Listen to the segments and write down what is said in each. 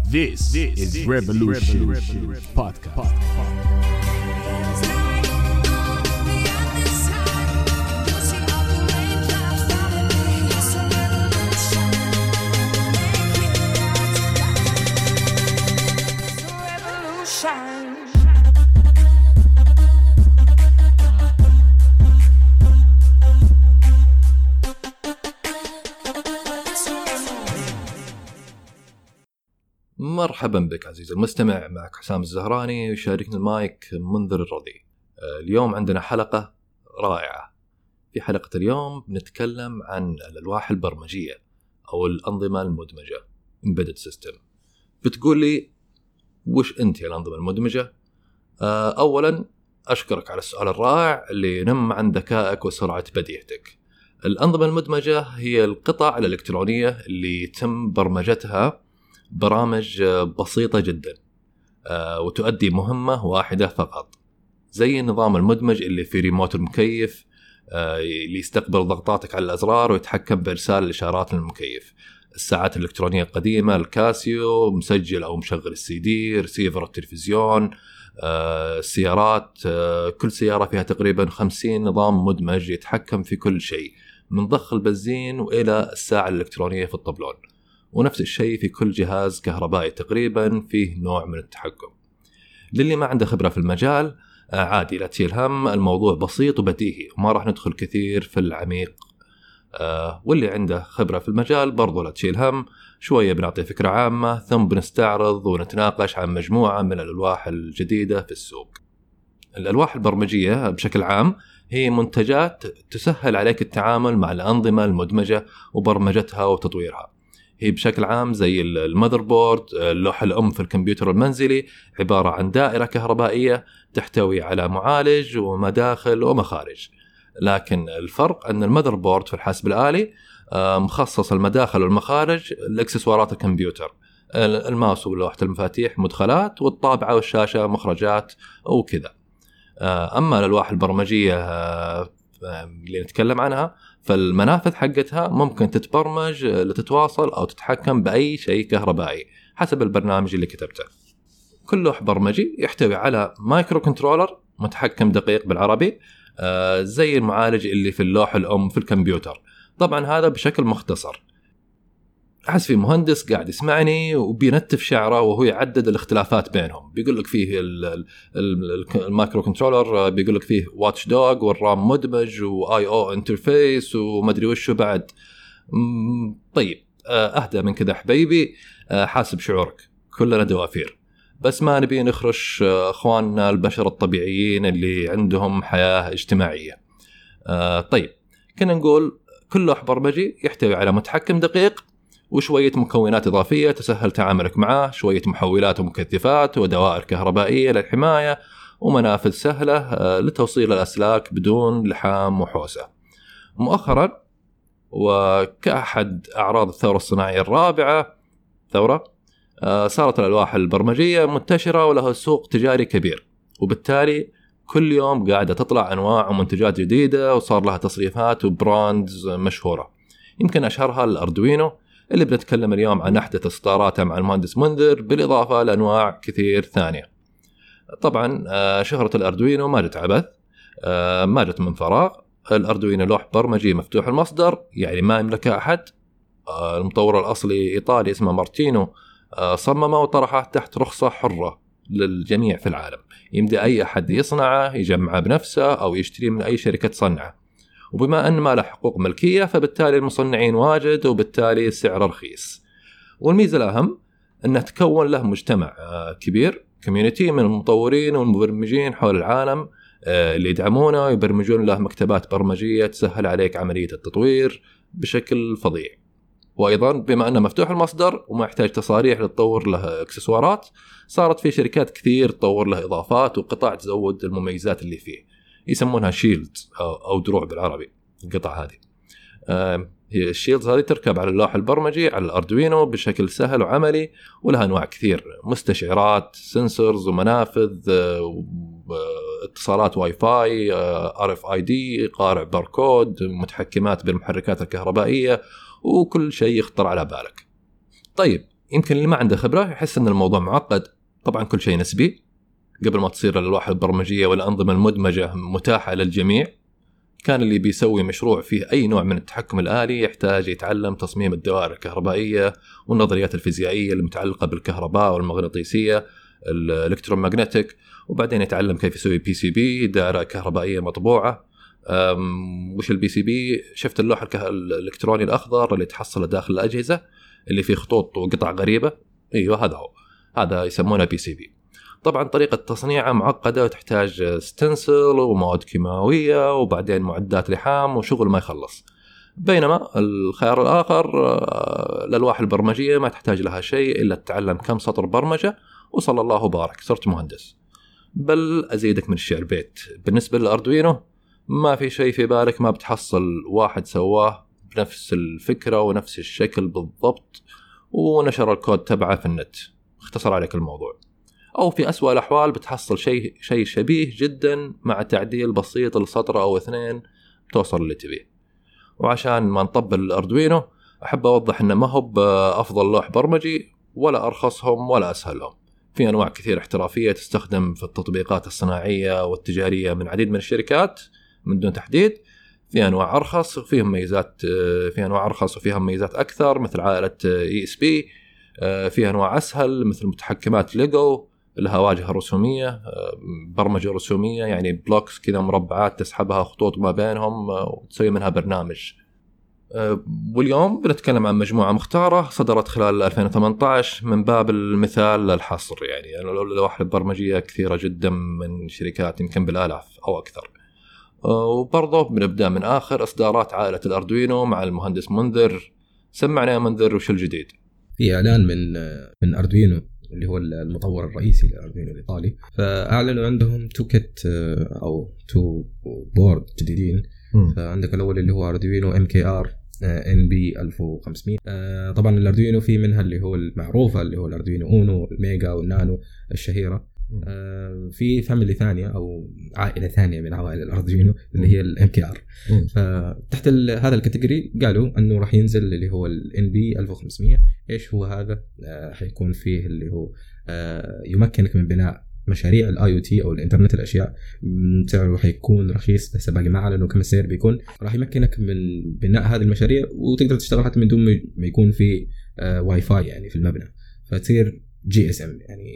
This is Revolution Podcast. مرحبا بك عزيزي المستمع، معك حسام الزهراني يشاركنا المايك منذر الرضي. اليوم عندنا حلقة رائعة. في حلقة اليوم بنتكلم عن الألواح البرمجية أو الأنظمة المدمجة Embedded System. بتقول لي وش أنت الأنظمة المدمجة؟ أولا أشكرك على السؤال الرائع اللي ينم عن ذكائك وسرعة بديهتك. الأنظمة المدمجة هي القطع الإلكترونية اللي تم برمجتها برامج بسيطة جدا وتؤدي مهمة واحدة فقط، زي النظام المدمج اللي في ريموت المكيف اللي يستقبل ضغطاتك على الأزرار ويتحكم بإرسال الإشارات للمكيف، الساعات الإلكترونية القديمة الكاسيو، مسجل أو مشغل السي دي، رسيفر التلفزيون، السيارات، كل سيارة فيها تقريبا 50 نظام مدمج يتحكم في كل شيء من ضخ البنزين وإلى الساعة الإلكترونية في الطبلون. ونفس الشيء في كل جهاز كهربائي تقريبا فيه نوع من التحكم. للي ما عنده خبرة في المجال عادي لا تشيل هم، الموضوع بسيط وبديهي وما راح ندخل كثير في العميق. واللي عنده خبرة في المجال برضو لا تشيل هم، شوية بنعطي فكرة عامة ثم بنستعرض ونتناقش عن مجموعة من الألواح الجديدة في السوق. الألواح البرمجية بشكل عام هي منتجات تسهل عليك التعامل مع الأنظمة المدمجة وبرمجتها وتطويرها. هي بشكل عام زي المذر بورد، اللوحة الأم في الكمبيوتر المنزلي، عبارة عن دائرة كهربائية تحتوي على معالج ومداخل ومخارج. لكن الفرق أن المذر بورد في الحاسب الآلي مخصص المداخل والمخارج لإكسسوارات الكمبيوتر، الماوس ولوحة المفاتيح مدخلات، والطابعة والشاشة مخرجات وكذا. أما الألواح البرمجية اللي نتكلم عنها فالمنافذ حقتها ممكن تتبرمج لتتواصل أو تتحكم بأي شيء كهربائي حسب البرنامج اللي كتبته. كل لوح برمجي يحتوي على مايكرو كنترولر متحكم دقيق بالعربي، زي المعالج اللي في اللوحة الأم في الكمبيوتر. طبعا هذا بشكل مختصر. أحس في مهندس قاعد يسمعني وبينتف شعره وهو يعدد الاختلافات بينهم، بيقول لك فيه المايكرو كنترولر، بيقول لك فيه واتش دوغ والرام مدمج واي او انترفيس ومدري وشو بعد. طيب أهدى من كذا حبيبي، حاسب شعورك، كلنا دوافير، بس ما نبي نخرش أخواننا البشر الطبيعيين اللي عندهم حياة اجتماعية. طيب كنا نقول كل لوح برمجي يحتوي على متحكم دقيق وشوية مكونات إضافية تسهل تعاملك معه، شوية محولات ومكثفات ودوائر كهربائية للحماية ومنافذ سهلة لتوصيل الأسلاك بدون لحام وحوسة. مؤخرا وكأحد أعراض الثورة الصناعية الرابعة صارت الألواح البرمجية منتشرة ولها سوق تجاري كبير، وبالتالي كل يوم قاعدة تطلع أنواع ومنتجات جديدة وصار لها تصريفات وبراندز مشهورة. يمكن أشهرها الأردوينو اللي بنتكلم اليوم عن أحدث إصداراته مع المهندس منذر، بالإضافة لأنواع كثير ثانية. طبعا شهرة الأردوينو ما جت عبث، ما جت من فراغ. الأردوينو لوح برمجي مفتوح المصدر، يعني ما يملكه أحد. المطور الأصلي إيطالي اسمه مارتينو، صممه وطرحه تحت رخصة حرة للجميع في العالم، يمدي أي أحد يصنعه يجمعه بنفسه أو يشتري من أي شركة تصنعه. وبما أن ما له حقوق ملكية فبالتالي المصنعين واجد وبالتالي السعر رخيص. والميزة الأهم أنه تكون له مجتمع كبير، كوميونيتي من المطورين والمبرمجين حول العالم اللي يدعمونه ويبرمجون له مكتبات برمجية تسهل عليك عملية التطوير بشكل فظيع. وأيضا بما أنه مفتوح المصدر وما يحتاج تصاريح لتطور له إكسسوارات، صارت في شركات كثير تطور له إضافات وقطع تزود المميزات اللي فيه، يسمونها شيلد أو دروع بالعربي. القطع هذه هي الشيلدز هذه تركب على اللوح البرمجي على الأردوينو بشكل سهل وعملي، ولها أنواع كثير، مستشعرات، سنسورز ومنافذ، اتصالات واي فاي، RFID، قارع باركود، متحكمات بالمحركات الكهربائية، وكل شيء يخطر على بالك. طيب يمكن اللي ما عنده خبرة يحس أن الموضوع معقد. طبعا كل شيء نسبي. قبل ما تصير الألواح البرمجية والأنظمة المدمجة متاحة للجميع، كان اللي بيسوي مشروع فيه أي نوع من التحكم الآلي يحتاج يتعلم تصميم الدوائر الكهربائية والنظريات الفيزيائية المتعلقة بالكهرباء والمغناطيسية الإلكترومغناطيك، وبعدين يتعلم كيف يسوي PCB دائرة كهربائية مطبوعة. وش الPCB؟ شفت اللوح الإلكتروني الأخضر اللي تحصله داخل الأجهزة اللي فيه خطوط وقطع غريبة؟ أيوة هذا هو، هذا يسمونه PCB. طبعا طريقة تصنيعه معقدة وتحتاج ستنسل ومواد كيماوية وبعدين معدات لحام وشغل ما يخلص. بينما الخيار الآخر الألواح البرمجية ما تحتاج لها شيء إلا تتعلم كم سطر برمجة وصلى الله وبارك صرت مهندس. بل أزيدك من الشعر بيت، بالنسبة للأردوينو ما في شيء في بالك ما بتحصل واحد سواه بنفس الفكرة ونفس الشكل بالضبط ونشر الكود تبعه في النت، اختصر عليك الموضوع. أو في أسوأ الأحوال بتحصل شيء شبيه جدا مع تعديل بسيط لسطر أو اثنين توصل اللي تبيه. وعشان ما نطبل الأردوينو أحب أوضح إنه ما هو بأفضل لوح برمجي ولا أرخصهم ولا أسهلهم. في أنواع كثير احترافية تستخدم في التطبيقات الصناعية والتجارية من عديد من الشركات من دون تحديد. في أنواع أرخص وفيهم ميزات، في أنواع أرخص وفيهم ميزات أكثر مثل عائلة ESP. في أنواع أسهل مثل متحكمات ليجو لها واجهة رسومية، برمجة رسومية يعني بلوكس كذا مربعات تسحبها خطوط ما بينهم وتسوي منها برنامج. واليوم بنتكلم عن مجموعة مختارة صدرت خلال 2018 من باب المثال للحصر. يعني اللوح البرمجية كثيرة جدا من شركات يمكن بالآلاف أو أكثر. وبرضه بنبدأ من آخر إصدارات عائلة الأردوينو مع المهندس منذر. سمعنا يا منذر وش الجديد؟ في إعلان من أردوينو اللي هو المطور الرئيسي للأردوينو الإيطالي، فأعلنوا عندهم توكت أو تو بورد جديدين. فعندك الأول اللي هو أردوينو MKR NB 1500. طبعا الأردوينو في منها اللي هو المعروفة اللي هو الأردوينو أونو الميجا والنانو الشهيرة. في فاميلي ثانية أو عائلة ثانية من عوائل الأردوينو اللي هي MKR. فتحت هذا الكاتيجوري قالوا أنه راح ينزل اللي هو NB 1500. إيش هو هذا؟ حيكون فيه اللي هو يمكنك من بناء مشاريع IoT أو الإنترنت الأشياء. سعره حيكون رخيص بس باقي ما أعلنوا كم السعر بيكون. راح يمكنك من بناء هذه المشاريع وتقدر تشتغل حتى من دون ما يكون في واي فاي يعني في المبنى، فتصير GSM يعني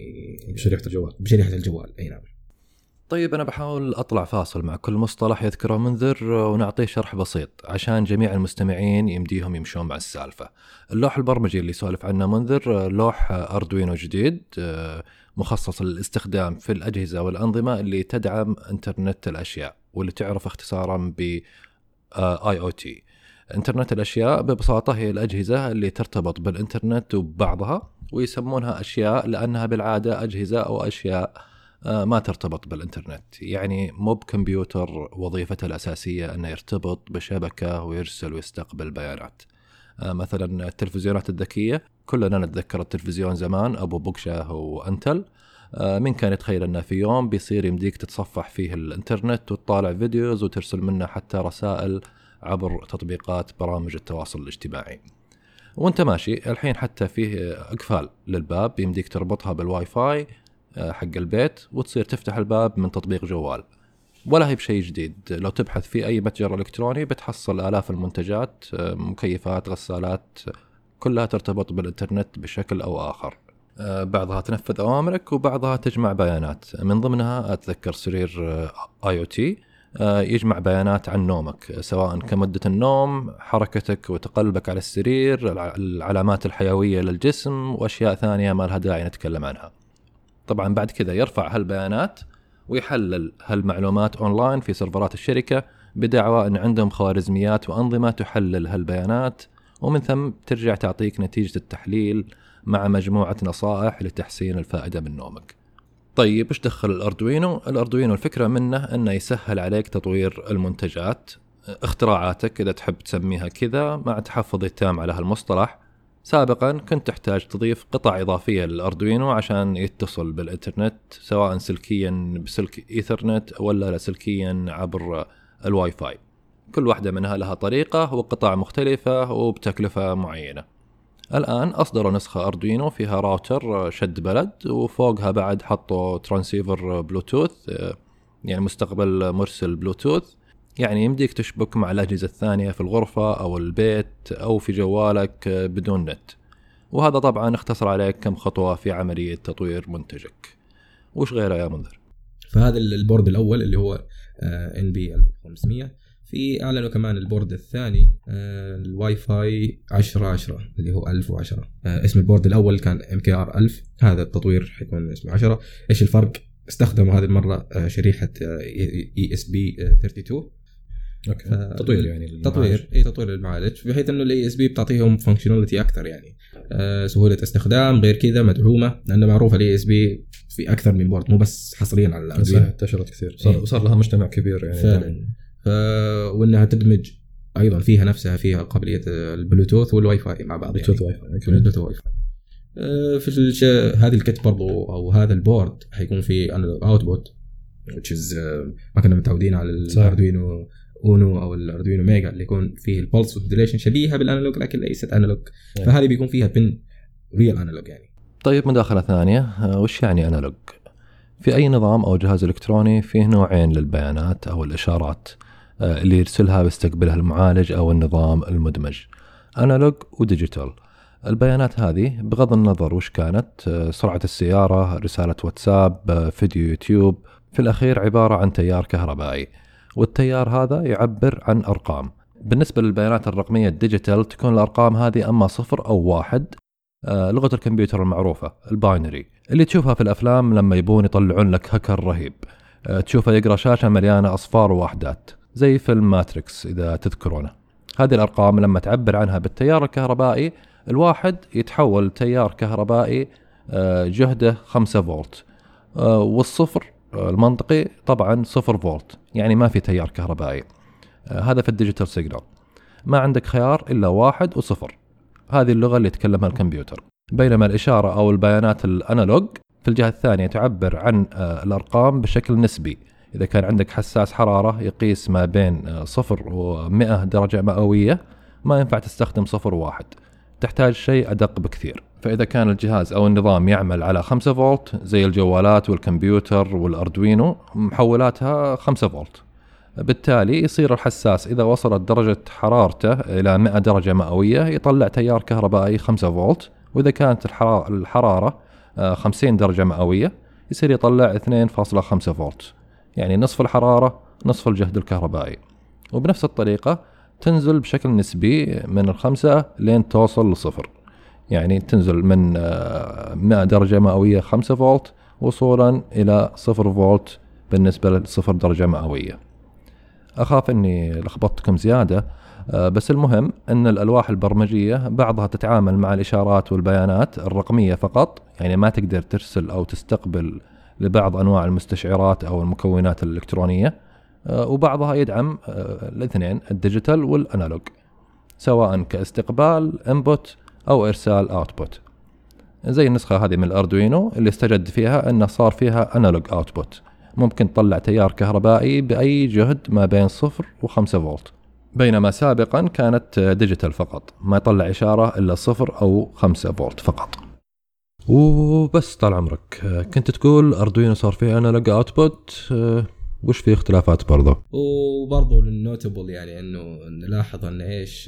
بشريحة الجوال. أي نعم. طيب أنا بحاول أطلع فاصل مع كل مصطلح يذكره منذر ونعطيه شرح بسيط عشان جميع المستمعين يمديهم يمشون مع السالفة. اللوح البرمجي اللي سولف عنه منذر لوح أردوينو جديد مخصص للاستخدام في الأجهزة والأنظمة اللي تدعم إنترنت الأشياء واللي تعرف اختصارا ب IoT. إنترنت الأشياء ببساطة هي الأجهزة اللي ترتبط بالإنترنت وببعضها، ويسمونها أشياء لأنها بالعادة أجهزة أو أشياء ما ترتبط بالإنترنت. يعني مو بكمبيوتر وظيفته الأساسية أنه يرتبط بشبكة ويرسل ويستقبل بيانات. مثلا التلفزيونات الذكية كلنا نتذكر التلفزيون زمان أبو بوكشة وأنتل. من كان يتخيل أنه في يوم بيصير يمديك تتصفح فيه الإنترنت وتطالع فيديوز وترسل منه حتى رسائل عبر تطبيقات برامج التواصل الاجتماعي. وانت ماشي الحين حتى فيه أقفال للباب يمديك تربطها بالواي فاي حق البيت وتصير تفتح الباب من تطبيق جوال. ولا هي بشيء جديد، لو تبحث في أي متجر إلكتروني بتحصل آلاف المنتجات، مكيفات، غسالات، كلها ترتبط بالإنترنت بشكل أو آخر. بعضها تنفذ أوامرك وبعضها تجمع بيانات. من ضمنها أتذكر سرير IoT يجمع بيانات عن نومك، سواء كمدة النوم، حركتك وتقلبك على السرير، العلامات الحيوية للجسم وأشياء ثانية ما لها داعي نتكلم عنها. طبعا بعد كذا يرفع هالبيانات ويحلل هالمعلومات أونلاين في سيرفرات الشركة بدعوى أن عندهم خوارزميات وأنظمة تحلل هالبيانات، ومن ثم ترجع تعطيك نتيجة التحليل مع مجموعة نصائح لتحسين الفائدة من نومك. طيب إيش دخل الأردوينو؟ الأردوينو الفكرة منه أنه يسهل عليك تطوير المنتجات، اختراعاتك إذا تحب تسميها كذا، مع تحفظي التام على هالمصطلح. سابقا كنت تحتاج تضيف قطع إضافية للأردوينو عشان يتصل بالإنترنت، سواء سلكيا بسلك إيثرنت ولا لاسلكيا عبر الواي فاي. كل واحدة منها لها طريقة وقطع مختلفة وبتكلفة معينة. الآن أصدروا نسخة أردوينو فيها راوتر شد بلد، وفوقها بعد حطوا ترانسيفر بلوتوث، يعني مستقبل مرسل بلوتوث، يعني يمديك تشبك مع الأجهزة الثانية في الغرفة أو البيت أو في جوالك بدون نت. وهذا طبعا اختصر عليك كم خطوة في عملية تطوير منتجك. وش غيره يا منذر؟ فهذا البورد الأول اللي هو NB 1500. في أعلنوا كمان البورد الثاني الواي فاي 1010 اللي هو 1010. اسم البورد الأول كان MKR 1000. هذا التطوير حيكون اسمه 10. إيش الفرق؟ استخدموا هذه المرة شريحة ESP 32. اوكي. تطوير يعني تطوير المعالج، بحيث انه الاي اس بي بتعطيهم فانكشناليتي اكثر، يعني سهوله استخدام. غير كذا مدعومه، لانه معروف الاي اس بي في اكثر من بورد، مو بس حصريا على الاردوينو، انتشرت كثير، صار لها مجتمع كبير يعني فعلا. وانها تدمج ايضا فيها قابليه البلوتوث والواي فاي مع بعض، بلوتوث واي فاي. في هذه الكت برضو او هذا البورد حيكون في انالوج اوتبوت، which is ما كنا متعودين على الاردوينو اونو او الاردوينو ميجا اللي يكون فيه البلس موديليشن شبيهه بالانالوج لكن ليست انالوج. فهذه بيكون فيها بن ريال انالوج يعني. طيب مداخله ثانيه، وش يعني انالوج؟ في اي نظام او جهاز الكتروني فيه نوعين للبيانات او الاشارات اللي يرسلها ويستقبلها المعالج او النظام المدمج، انالوج وديجيتال. البيانات هذه بغض النظر وش كانت، سرعه السياره، رساله واتساب، فيديو يوتيوب، في الاخير عباره عن تيار كهربائي، والتيار هذا يعبر عن أرقام. بالنسبة للبيانات الرقمية الديجيتال تكون الأرقام هذه أما 0 أو 1. لغة الكمبيوتر المعروفة الباينري اللي تشوفها في الأفلام لما يبون يطلعون لك هكر رهيب، تشوفه يقرأ شاشة مليانة أصفار ووحدات زي فيلم ماتريكس إذا تذكرونه. هذه الأرقام لما تعبر عنها بالتيار الكهربائي، الواحد يتحول تيار كهربائي جهده 5 فولت، والصفر المنطقي طبعا 0 فولت، يعني ما في تيار كهربائي. هذا في الديجيتال سيجنال، ما عندك خيار إلا 1 و0. هذه اللغة اللي يتكلمها الكمبيوتر. بينما الإشارة أو البيانات الأنالوج في الجهة الثانية تعبر عن الأرقام بشكل نسبي. إذا كان عندك حساس حرارة يقيس ما بين 0 و100 درجة مئوية، ما ينفع تستخدم 0 و1، تحتاج شيء أدق بكثير. فإذا كان الجهاز أو النظام يعمل على 5 فولت زي الجوالات والكمبيوتر والأردوينو، محولاتها 5 فولت، بالتالي يصير الحساس إذا وصلت درجة حرارته إلى 100 درجة مئوية يطلع تيار كهربائي 5 فولت، وإذا كانت الحرارة 50 درجة مئوية يصير يطلع 2.5 فولت، يعني نصف الحرارة نصف الجهد الكهربائي. وبنفس الطريقة تنزل بشكل نسبي من 5 لين توصل ل0، يعني تنزل من 100 درجة مئوية 5 فولت وصولا إلى 0 فولت بالنسبة ل0 درجة مئوية. أخاف أني لخبطتكم زيادة، بس المهم أن الألواح البرمجية بعضها تتعامل مع الإشارات والبيانات الرقمية فقط، يعني ما تقدر ترسل أو تستقبل لبعض أنواع المستشعرات أو المكونات الإلكترونية، وبعضها يدعم الاثنين الديجيتال والأنالوج، سواء كاستقبال input أو إرسال output. زي النسخة هذه من الأردوينو اللي استجد فيها أنه صار فيها أنالوج output، ممكن تطلع تيار كهربائي بأي جهد ما بين 0 و5 فولت، بينما سابقا كانت ديجيتال فقط، ما يطلع إشارة إلا 0 أو 5 فولت فقط. وبس طال عمرك كنت تقول أردوينو صار فيه أنالوج output، وش في اختلافات برضه؟ وبرضه النوتبل يعني انه نلاحظ ان ايش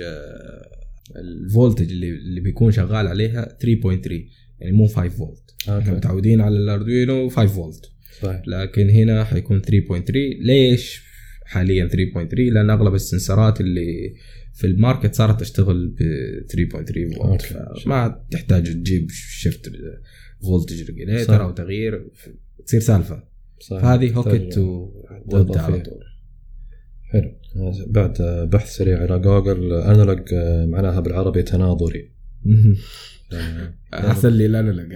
الفولتج اللي بيكون شغال عليها 3.3، يعني مو 5 فولت. احنا متعودين على الاردوينو 5 فولت صحيح. لكن هنا حيكون 3.3. ليش حاليا 3.3؟ لان اغلب السنسرات اللي في الماركت صارت تشتغل ب 3.3 فولت، ما تحتاج تجيب شيفت فولتج ريجوليتر او تغيير، تصير سالفه. فهذه هوكت وضد على طول. حلو. بعد بحث سريع على جوجل، انالوج معناها بالعربي تناظري. احسن لي الانالوج.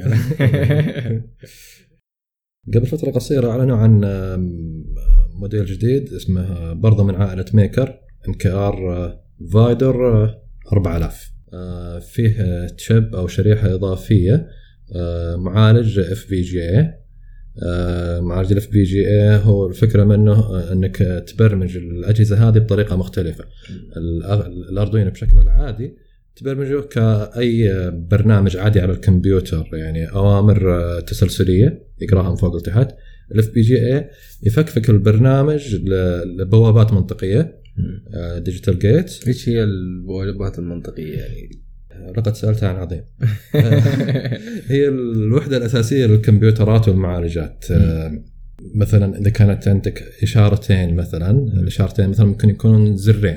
قبل فترة قصيرة أعلنوا عن موديل جديد اسمه برضه من عائلة ميكر، MKR فايدر 4000. فيه تشيب أو شريحة إضافية، معالج FPGA. معالج FPGA هو الفكرة منه أنك تبرمج الأجهزة هذه بطريقة مختلفة. الأردوينو بشكل العادي تبرمجه كأي برنامج عادي على الكمبيوتر، يعني أوامر تسلسلية يقراها من فوق لتحت. ال FPGA يفكفك البرنامج لبوابات منطقية ديجيتال جيت. إيش هي البوابات المنطقية يعني؟ لقد سألت عن عظيم. هي الوحدة الأساسية للكمبيوترات والمعالجات. مثلا إذا كانت عندك إشارتين مثلا، الإشارتين مثلا ممكن يكونون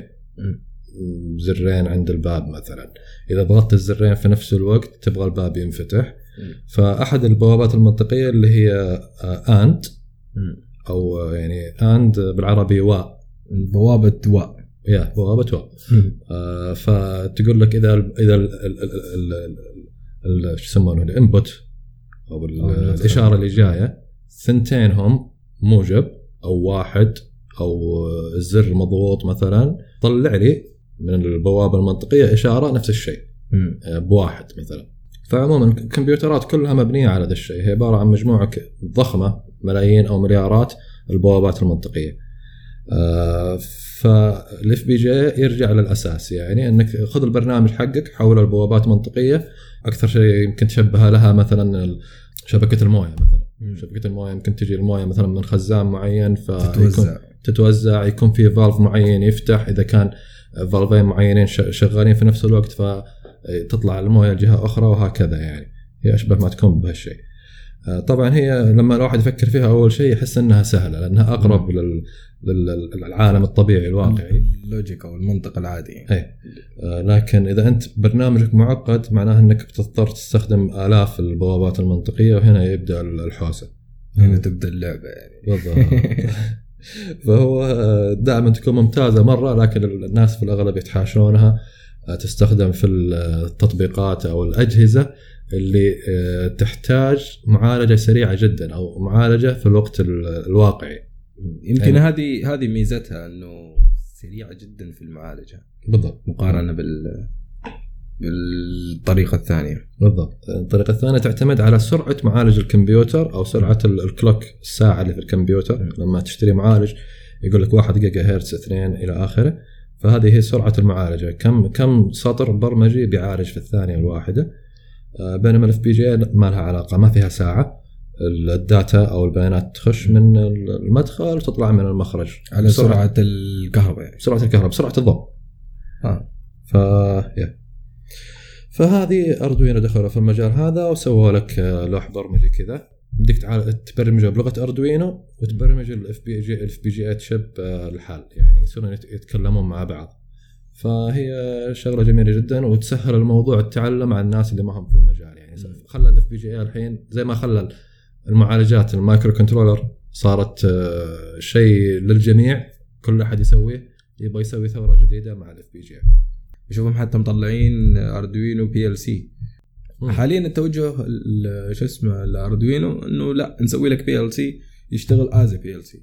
زرين عند الباب مثلا، إذا ضغطت الزرين في نفس الوقت تبغى الباب ينفتح. فأحد البوابات المنطقية اللي هي AND أو يعني AND بالعربي بوابة بوابة فتقول لك إذا شو يسمونه الانبوت أو الإشارة اللي جاية ثنتين هم موجب أو واحد أو الزر مضغوط مثلا، طلع لي من البوابة المنطقية إشارة نفس الشيء بواحد مثلا. فعموما الكمبيوترات كلها مبنية على هذا الشيء، هي عبارة عن مجموعة ضخمة ملايين أو مليارات البوابات المنطقية. فال FPGA يرجع للأساس، يعني أنك خذ البرنامج حقك حول البوابات منطقية. أكثر شيء يمكن تشبهها لها مثلا شبكة الموية مثلا. شبكة الموية يمكن تجي الموية مثلا من خزان معين فتتوزع، يكون في فالف معين يفتح، إذا كان فالفين معينين شغالين في نفس الوقت فتطلع الموية جهة أخرى وهكذا. يعني هي أشبه ما تكون بهالشيء. طبعا هي لما الواحد يفكر فيها أول شيء يحس أنها سهلة لأنها أقرب للعالم الطبيعي الواقعي، اللوجيك أو المنطق العادي. لكن إذا أنت برنامجك معقد معناه أنك بتضطر تستخدم آلاف البوابات المنطقية، وهنا يبدأ الحوسة، هنا تبدأ اللعبة يعني. بالضبط. فهو دائما تكون ممتازة مرة، لكن الناس في الأغلب يتحاشونها تستخدم في التطبيقات أو الأجهزة اللي تحتاج معالجة سريعة جدا أو معالجة في الوقت الواقعي. يمكن هذه ميزتها أنه سريعة جدا في المعالجة بالضبط، مقارنة بالطريقة الثانية. بالضبط. الطريقة الثانية تعتمد على سرعة معالج الكمبيوتر أو سرعة الكلوك، الساعة اللي في الكمبيوتر. لما تشتري معالج يقول لك 1 جيجا هرتز 2 إلى آخره، فهذه هي سرعة المعالجة، كم سطر برمجي بيعالج في الثانية الواحدة. بينما ال FPGA ما لها علاقة، ما فيها ساعة، الداتا أو البيانات تخش من المدخل وتطلع من المخرج على سرعة الكهرباء، يعني. سرعة الكهرباء، سرعة الضوء. فهذه أردوينو دخلوا في المجال هذا وسووا لك لوح برمجي كذا، بدك تبرمجه بلغة أردوينو وتبرمج ال FPGA تشيب الحال، يعني يصيرون يتكلمون مع بعض. فهي شغلة جميلة جدا وتسهل الموضوع التعلم على الناس اللي ما هم في المجال. يعني خلى ال FPGA الحين زي ما خلى المعالجات المايكرو كنترولر صارت شيء للجميع، كل أحد يسويه، يبغى يسوي ثورة جديدة مع ال FPGA. يشوفهم حتى مطلعين أردوينو PLC حاليا. التوجه شو اسمه الأردوينو إنه لا نسوي لك PLC يشتغل as PLC.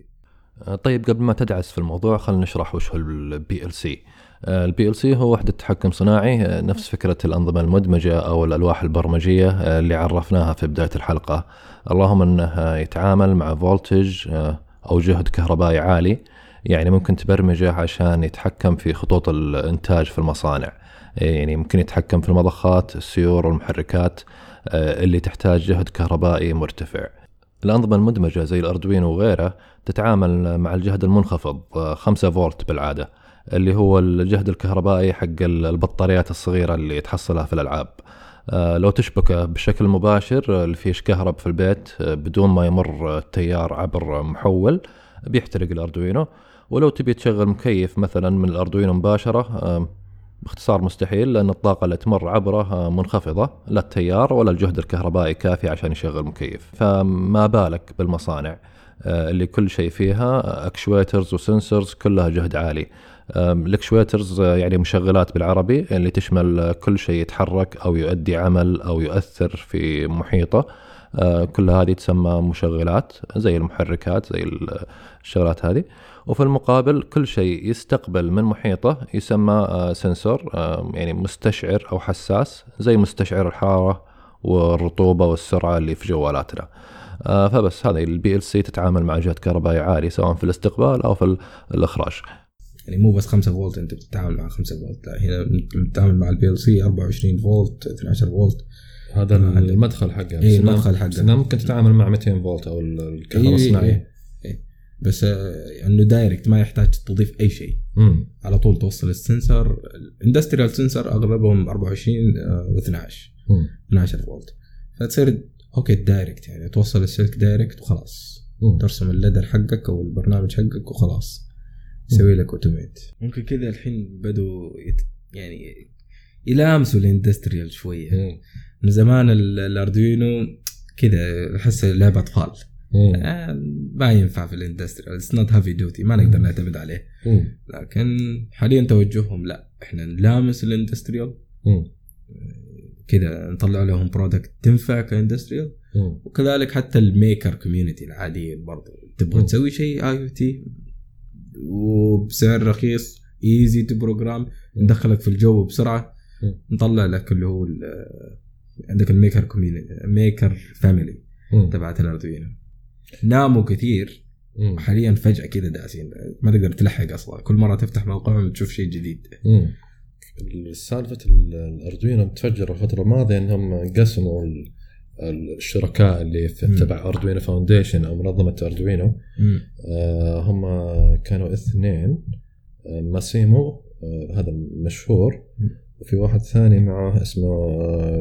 طيب قبل ما تدعس في الموضوع خلينا نشرح وش هو ال PLC. ال PLC هو وحدة تحكم صناعي، نفس فكرة الأنظمة المدمجة أو الألواح البرمجية اللي عرفناها في بداية الحلقة، اللهم أنه يتعامل مع فولتج أو جهد كهربائي عالي. يعني ممكن تبرمجه عشان يتحكم في خطوط الإنتاج في المصانع، يعني ممكن يتحكم في المضخات، السيور والمحركات اللي تحتاج جهد كهربائي مرتفع. الأنظمة المدمجة زي الأردوينو وغيره تتعامل مع الجهد المنخفض 5 فولت بالعادة، اللي هو الجهد الكهربائي حق البطاريات الصغيرة اللي تحصلها في الألعاب. لو تشبكه بشكل مباشر الفيش كهرب في البيت بدون ما يمر التيار عبر محول بيحترق الأردوينو. ولو تبي تشغل مكيف مثلا من الأردوينو مباشرة باختصار مستحيل، لأن الطاقة اللي تمر عبره منخفضة، لا التيار ولا الجهد الكهربائي كافي عشان يشغل مكيف. فما بالك بالمصانع اللي كل شيء فيها اكشويترز وسنسورز كلها جهد عالي. الاكشويترز يعني مشغلات بالعربي اللي تشمل كل شيء يتحرك أو يؤدي عمل أو يؤثر في محيطه، كل هذه تسمى مشغلات زي المحركات زي الشغلات هذه. وفي المقابل كل شيء يستقبل من محيطه يسمى سنسور، يعني مستشعر أو حساس زي مستشعر الحرارة والرطوبة والسرعة اللي في جوالاتنا. فبس هذه البي ال سي تتعامل مع جهد كهربائي عالي سواء في الاستقبال أو في الإخراج. يعني مو بس 5 فولت انت بتتعامل مع 5 فولت، لا هنا بتتعامل مع البي ال سي 24 فولت 12 فولت. هذا المدخل حقه. ايه المدخل حقه. ممكن تتعامل مع 200 فولت او الكهرباء الصناعيه. إيه. بس انه دايركت ما يحتاج تضيف اي شيء. على طول توصل السنسر. الاندستريال سنسر اغلبهم 24 و12 12 فولت، فتصير اوكي دايركت، يعني توصل السلك دايركت وخلاص. ترسم الليدر حقك او البرنامج حقك وخلاص يسوي لك اوتوميت. ممكن كذا الحين بدوا يعني يلامسوا الاندستريال شويه. من زمان الاردوينو كذا احس لعبه اطفال. ما ينفع في الاندستريال، اتس نوت هافي دوتي، ما نقدر نعتمد عليه. لكن حاليا توجههم لا، احنا نلامس الاندستريال كذا، نطلع لهم برودكت تنفع كاندستريال. وكذلك حتى الميكر كوميونتي العاديين برضو تبغى تسوي شيء اي او تي وبسعر رخيص ايزي تو بروجرام، ندخلك في الجو بسرعه، نطلع لك اللي هو عندك الميكر كوميونتي ميكر فاميلي تبعت الاردوينو. ناموا كثير حاليا فجأة كذا داسين، ما تقدر تلحق اصلا، كل مره تفتح موقعهم تشوف شيء جديد. سالفه الاردوينو متفجر الفتره الماضيه انهم قسموا الشركاء اللي تبع اردوينو فاونديشن او منظمه اردوينو. هم كانوا 2، ماسيمو هذا مشهور، وفي واحد ثاني معه اسمه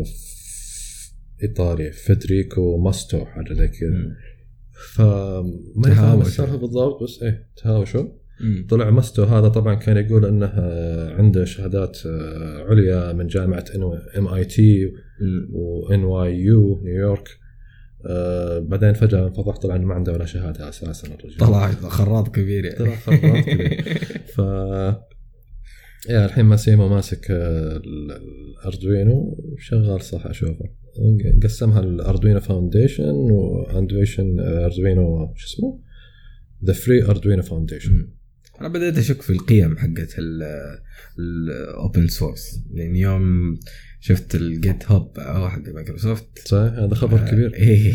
ايطالي فيدريكو ماستو حاجه زي كذا. فما فاهم السالفه بالضبط، بس تهاوشوا. طلع ماستو هذا طبعا كان يقول انه عنده شهادات عليا من جامعه MIT و NYU نيويورك. بعدين فجأة انفضح طلع انه ما عنده ولا شهادة اساسا الرجل. طلع خراط كبير يعني. طلع خراط كبير. ف يا الحين ماسيمو ماسك الاردوينو وشغال صح. اشوفه قسمها الاردوينو فاونديشن واندويشن اردوينو شو اسمه ذا فري اردوينو فاونديشن. انا بدأت اشك في القيم حقت الاوبن سورس، لان يوم شفت الجيت هاب حق مايكروسوفت صحيح هذا خبر كبير.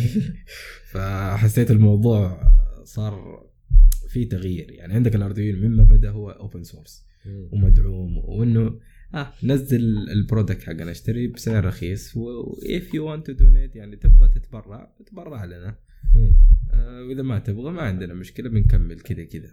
فحسيت الموضوع صار في تغيير. يعني عندك الاردوينو مما بدأ هو اوبن سورس ومدعوم، وانه نزل البرودكت حقنا اشتري بسعر رخيص، و if you want to donate يعني تبغى تتبرع لنا، واذا ما تبغى ما عندنا مشكلة بنكمل كذا.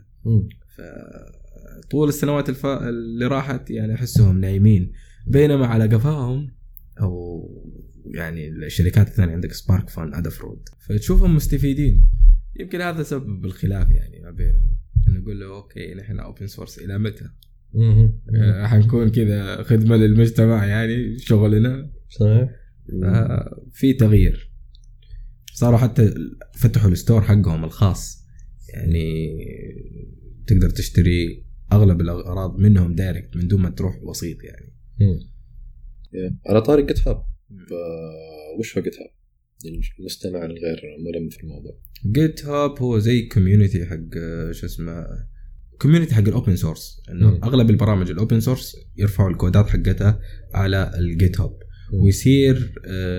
فطول السنوات اللي راحت يعني احسهم نايمين، بينما على قفاهم او يعني الشركات الثانية عندك سبارك فان ادافرود فتشوفهم مستفيدين. يمكن هذا سبب الخلاف يعني ما بينهم، انه نقول له اوكي نحن اوبن سورس الى متى؟ حنكون كذا خدمة للمجتمع يعني شغلنا. صحيح. في تغيير صاروا، حتى فتحوا الستور حقهم الخاص، يعني تقدر تشتري اغلب الاغراض منهم دايركت من دون ما تروح وسيط يعني. على طاري جيت هاب، وش هو جيت هاب المستمع الغير ملم في الموضوع؟ جيت هاب هو زي كوميونتي حق شو اسمه كوميونتي حق الاوبن سورس، انه اغلب البرامج الاوبن سورس يرفعوا الكودات حقتها على الجيت هاب، ويصير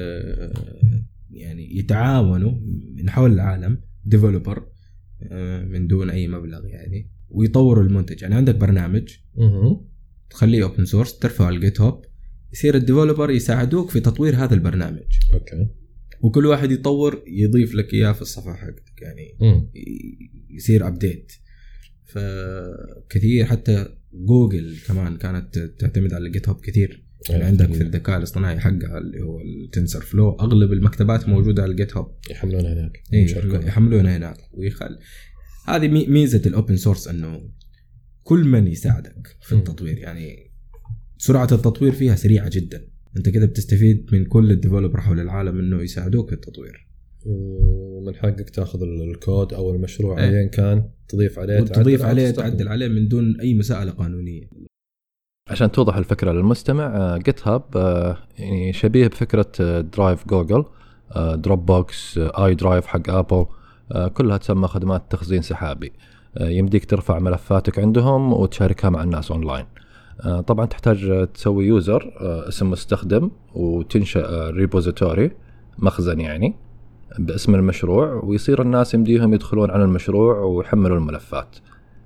يعني يتعاونوا من حول العالم ديفلوبر من دون اي مبلغ يعني، ويطوروا المنتج. يعني عندك برنامج تخليه اوبن سورس ترفعه على الجيت هاب، يصير الديفلوبر يساعدوك في تطوير هذا البرنامج. اوكي. وكل واحد يطور يضيف لك اياه في الصفحه حقتك يعني. يصير ابديت. فكثير حتى جوجل كمان كانت تعتمد على الجيت هاب كثير. يعني عندك في الذكاء الاصطناعي حقها اللي هو التنسر فلو، اغلب المكتبات موجوده على الجيت هاب، يحملونها هناك. يحملونها هناك هذه ميزه الاوبن سورس، انه كل من يساعدك في التطوير. يعني سرعه التطوير فيها سريعه جدا، انت كده بتستفيد من كل الديفلوبر حول العالم انه يساعدوك في التطوير، ومن حقك تاخذ الكود او المشروع ايا كان تضيف عليه تعدل عليه من دون اي مساءله قانونيه. عشان توضح الفكرة للمستمع، جيت هاب يعني شبيه بفكرة درايف جوجل، دروب بوكس، اي درايف حق ابل، كلها تسمى خدمات تخزين سحابي. يمديك ترفع ملفاتك عندهم وتشاركها مع الناس اونلاين. طبعا تحتاج تسوي يوزر اسم مستخدم، وتنشأ ريبوزيتوري مخزن يعني باسم المشروع، ويصير الناس يمديهم يدخلون على المشروع ويحملوا الملفات.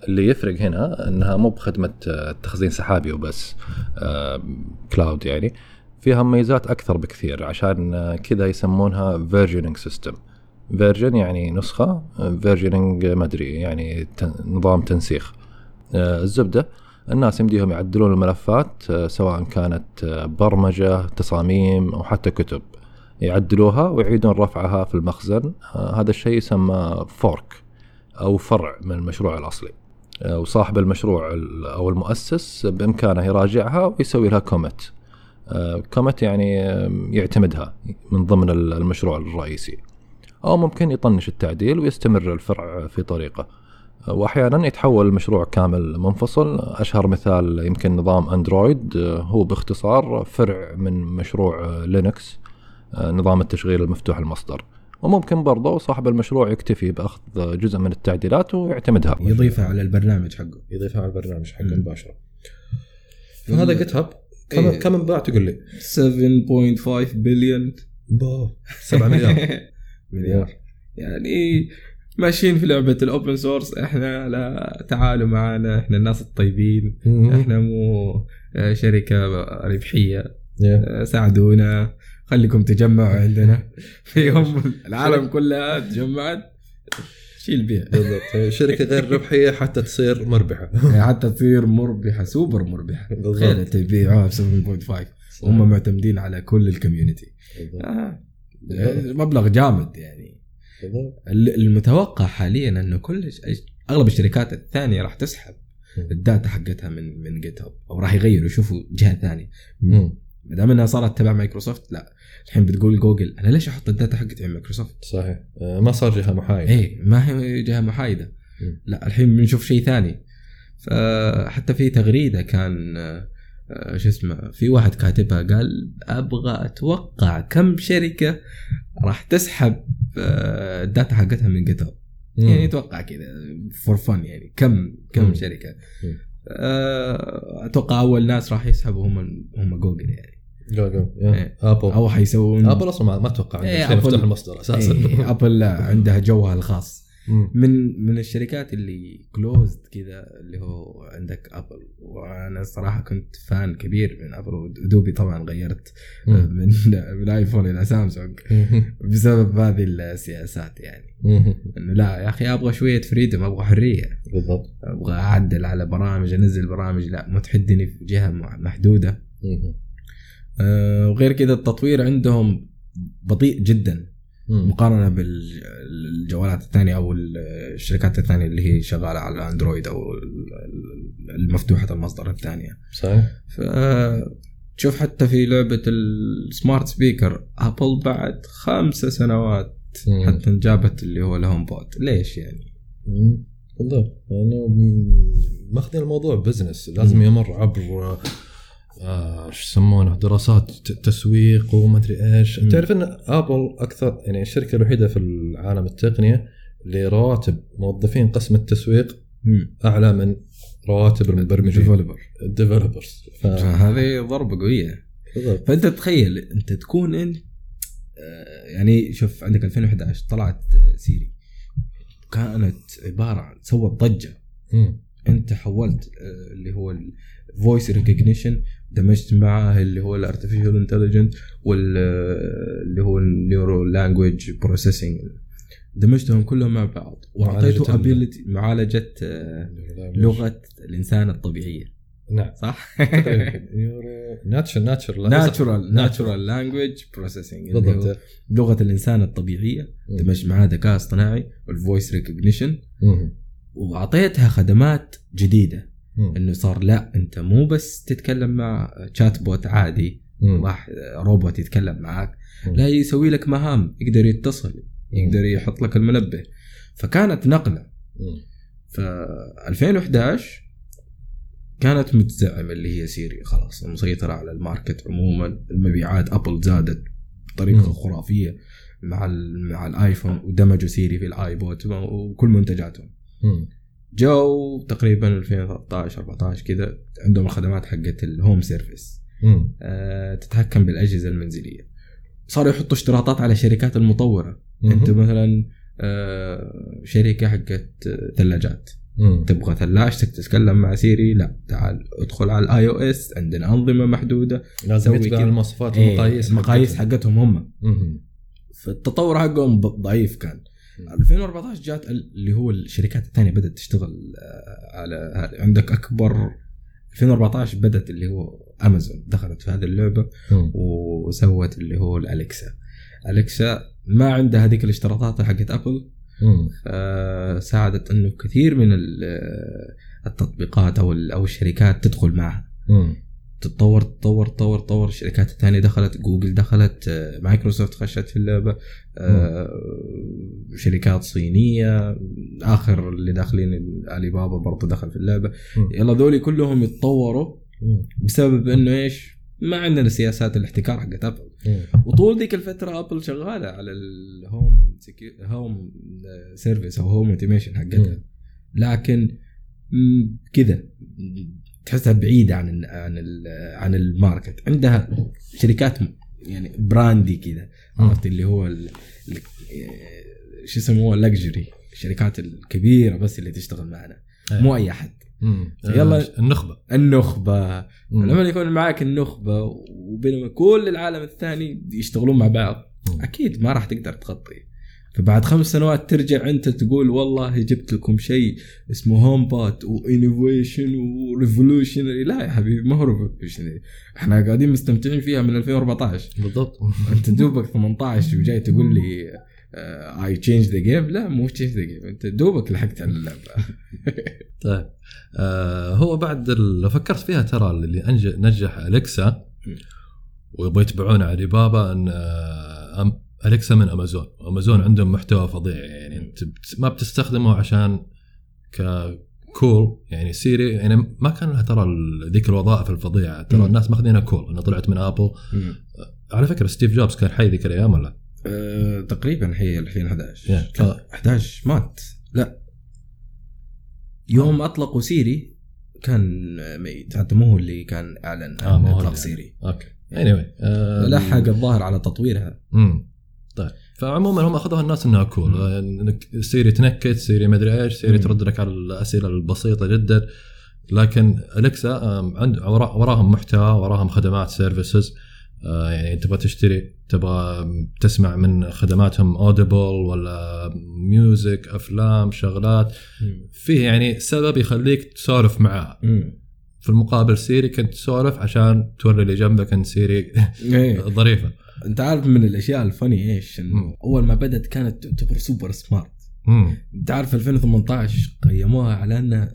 اللي يفرق هنا أنها مو بخدمة تخزين سحابي وبس، كلاود يعني، فيها مميزات أكثر بكثير، عشان كذا يسمونها versioning system. version يعني نسخة، versioning ما أدري يعني نظام تنسيخ. الزبدة الناس يمديهم يعدلون الملفات، سواء كانت برمجة، تصاميم أو حتى كتب، يعدلوها ويعيدون رفعها في المخزن. هذا الشيء يسمى فورك أو فرع من المشروع الأصلي، وصاحب المشروع أو المؤسس بإمكانه يراجعها ويسوي لها كوميت. كوميت يعني يعتمدها من ضمن المشروع الرئيسي، أو ممكن يطنش التعديل ويستمر الفرع في طريقه. وأحيانا يتحول المشروع كامل منفصل. أشهر مثال يمكن نظام أندرويد، هو باختصار فرع من مشروع لينكس، نظام التشغيل المفتوح المصدر. وممكن برضه صاحب المشروع يكتفي بأخذ جزء من التعديلات ويعتمدها، يضيفها على البرنامج حقه، مباشرة. فهذا جيت هاب كم انباع تقول لي؟ 7.5 بليون. 7 مليار. يعني ماشيين في لعبة الأوبن سورس. إحنا لا، تعالوا معنا، إحنا الناس الطيبين، إحنا مو شركة ربحية، ساعدونا، خليكم تجمعوا عندنا. في يوم العالم كلها تجمعت، شيل بيع. بالضبط، شركة غير ربحية حتى تصير مربحة. حتى تصير مربحة، سوبر مربحة. تخيل تبيعها ب 7.5 وهم معتمدين على كل الكوميونتي. مبلغ جامد يعني. المتوقع حاليا انه اغلب الشركات الثانيه راح تسحب الداتا حقتها من جيت هاب، او راح يغيروا يشوفوا جهه ثانيه. ما دام انها صارت تبع مايكروسوفت، لا الحين بتقول جوجل انا ليش احط الداتا حقتي في مايكروسوفت؟ صحيح، ما صار جهه محايده. ما هي جهه محايده. لا الحين بنشوف شيء ثاني. فحتى في تغريده كان شو اسمه، في واحد كاتبها قال ابغى اتوقع كم شركه راح تسحب الداتا حقتها من جيت هاب. يعني اتوقع كذا فور فن، يعني كم شركه. اتوقع اول ناس راح يسحبوا هم جوجل، يعني جوجل ابل، او حيسوون ابل اصلا ما اتوقع عندهم شيء مفتوح المصدر اساسا. ابل لا، عندها جوها الخاص. من الشركات اللي كلوزد كذا اللي هو عندك ابل. وانا الصراحه كنت فان كبير من ابل، ودوبي طبعا غيرت من ايفون الى سامسونج بسبب هذه السياسات. يعني انه لا يا اخي، ابغى شويه فريدم، ابغى حريه. بالضبط، ابغى اعدل على برامج، انزل برامج، لا ما تحدني في جهه محدوده. وغير كذا التطوير عندهم بطيء جدا مقارنة بالجوالات الثانية أو الشركات الثانية اللي هي شغالة على أندرويد أو المفتوحة المصدر الثانية. صحيح. فتشوف حتى في لعبة السمارت سبيكر، أبل بعد 5 سنوات حتى جابت اللي هو الهوم بود. ليش يعني؟ بالضبط، لأنه ماخذين الموضوع بزنس، لازم يمر عبر ايش يسمونه دراسات تسويق وما ادري ايش. تعرف ان ابل اكثر، يعني الشركه الوحيده في العالم التقنيه اللي رواتب موظفين قسم التسويق اعلى من رواتب المبرمجين الديفلوبرز. هذه ضربه قويه. فانت تخيل انت تكون انت يعني شوف عندك 2011 طلعت سيري، كانت عباره عن سوت ضجه. انت حولت اللي هو الفويس ريكوجنيشن، دمجت معه اللي هو الارتفيشال انتليجنت واللي هو النيورو لانجويج بروسيسنج، دمجتهم كلهم مع بعض وأعطيته ابيليتي معالجة لغة الإنسان الطبيعية. نعم صح. ناتشورال لانجويج بروسيسنج، لغة الإنسان الطبيعية. دمجت معها ذكاء اصطناعي والفويس ريكوجنيشن، وأعطيتها خدمات جديدة. انه صار لا انت مو بس تتكلم مع شات بوت عادي، واحد روبوت يتكلم معك، لا يسوي لك مهام، يقدر يتصل، يقدر يحط لك المنبه. فكانت نقلة. ف 2011 كانت متزعمة اللي هي سيري خلاص مسيطرة على الماركت عموما. المبيعات أبل زادت بطريقة خرافية مع الآيفون، ودمجوا سيري في الآيبود وكل منتجاتهم. جو تقريبا 2013-14 كذا عندهم الخدمات حقت الهوم سيرفيس، تتحكم بالأجهزة المنزلية. صاروا يحطوا اشتراطات على الشركات المطورة. انت مثلا شركة حقت ثلاجات، تبغى ثلاجتك تتكلم مع سيري، لا تعال ادخل على الاي او اس، عندنا انظمه محدوده لازم يتبع المواصفات المقاييس حقتهم هم. فالتطور حقهم ضعيف كان. 2014 جات اللي هو الشركات الثانيه بدات تشتغل على هذا. عندك اكبر 2014 بدات اللي هو امازون دخلت في هذه اللعبه وسوت اللي هو اليكسا ما عندها هذيك الاشتراطات حقت ابل، ساعدت انه كثير من التطبيقات او الشركات تدخل معها تتطور. الشركات الثانيه دخلت، جوجل دخلت، مايكروسوفت خشت في اللعبه، شركات صينيه اخر اللي داخلين علي بابا برضه دخل في اللعبه. يلا ذولي كلهم يتطوروا بسبب انه ايش؟ ما عندنا سياسات الاحتكار حقت ابل. وطول ذيك الفتره ابل شغاله على الهوم سيرفيس او هوم اوتوميشن حقتها، لكن كذا تحسها بعيده عن الماركت. عندها شركات يعني براندي كذا، عرفت اللي هو شو يسموه اللكجري، الشركات الكبيره بس اللي تشتغل معنا، مو اي احد. يلا النخبه لما يكون معاك النخبه وبينما كل العالم الثاني يشتغلون مع بعض، اكيد ما راح تقدر تغطي. فبعد 5 سنوات ترجع انت تقول والله جبت لكم شيء اسمه هوم بات وانوفيشن وريفولوشنري. لا يا حبيبي، ما هو ريفولوشنري، احنا قاعدين مستمتعين فيها من 2014 بالضبط. انت دوبك 18 وجاي تقول لي I changed the game. لا مو change the game، انت دوبك لحقت على اللعبة. طيب هو بعد لو فكرت فيها ترى اللي نجح أليكسا ويبغوا يتبعون علي بابا ان أليكسا من أمازون عندهم محتوى فظيع، يعني انت ما بتستخدمه عشان كول يعني سيري، يعني ما كان لها ترى ذيك الوظائف الفظيعة، ترى الناس ماخذينها كول انها طلعت من ابل. على فكرة ستيف جوبز كان حي ذيك الايام ولا تقريبا هي 2011 11 مات. لا يوم اطلقوا سيري كان ميت، حتى مو هو اللي كان اعلن عن اطلاق سيري. اوكي anyway لحق الظاهر على تطويرها. طيب فعموما هم اخذوها الناس انها كول، انك سيري تنكت، سيري ما ادري ايش، سيري ترد لك على الاسئله البسيطه جدا. لكن أليكسا عند وراهم محتوى، وراهم خدمات سيرفيسز، يعني تبغى تشتري، تبغى تسمع من خدماتهم اوديبل ولا ميوزك، افلام، شغلات فيه يعني سبب يخليك تسولف معاه. في المقابل سيري كنت تسولف عشان توري اللي جنبك ان سيري ظريفه. انت عارف من الاشياء الفني ايش؟ انه اول ما بدت كانت تعتبر سوبر سمارت. انت عارف 2018 قيموها على انها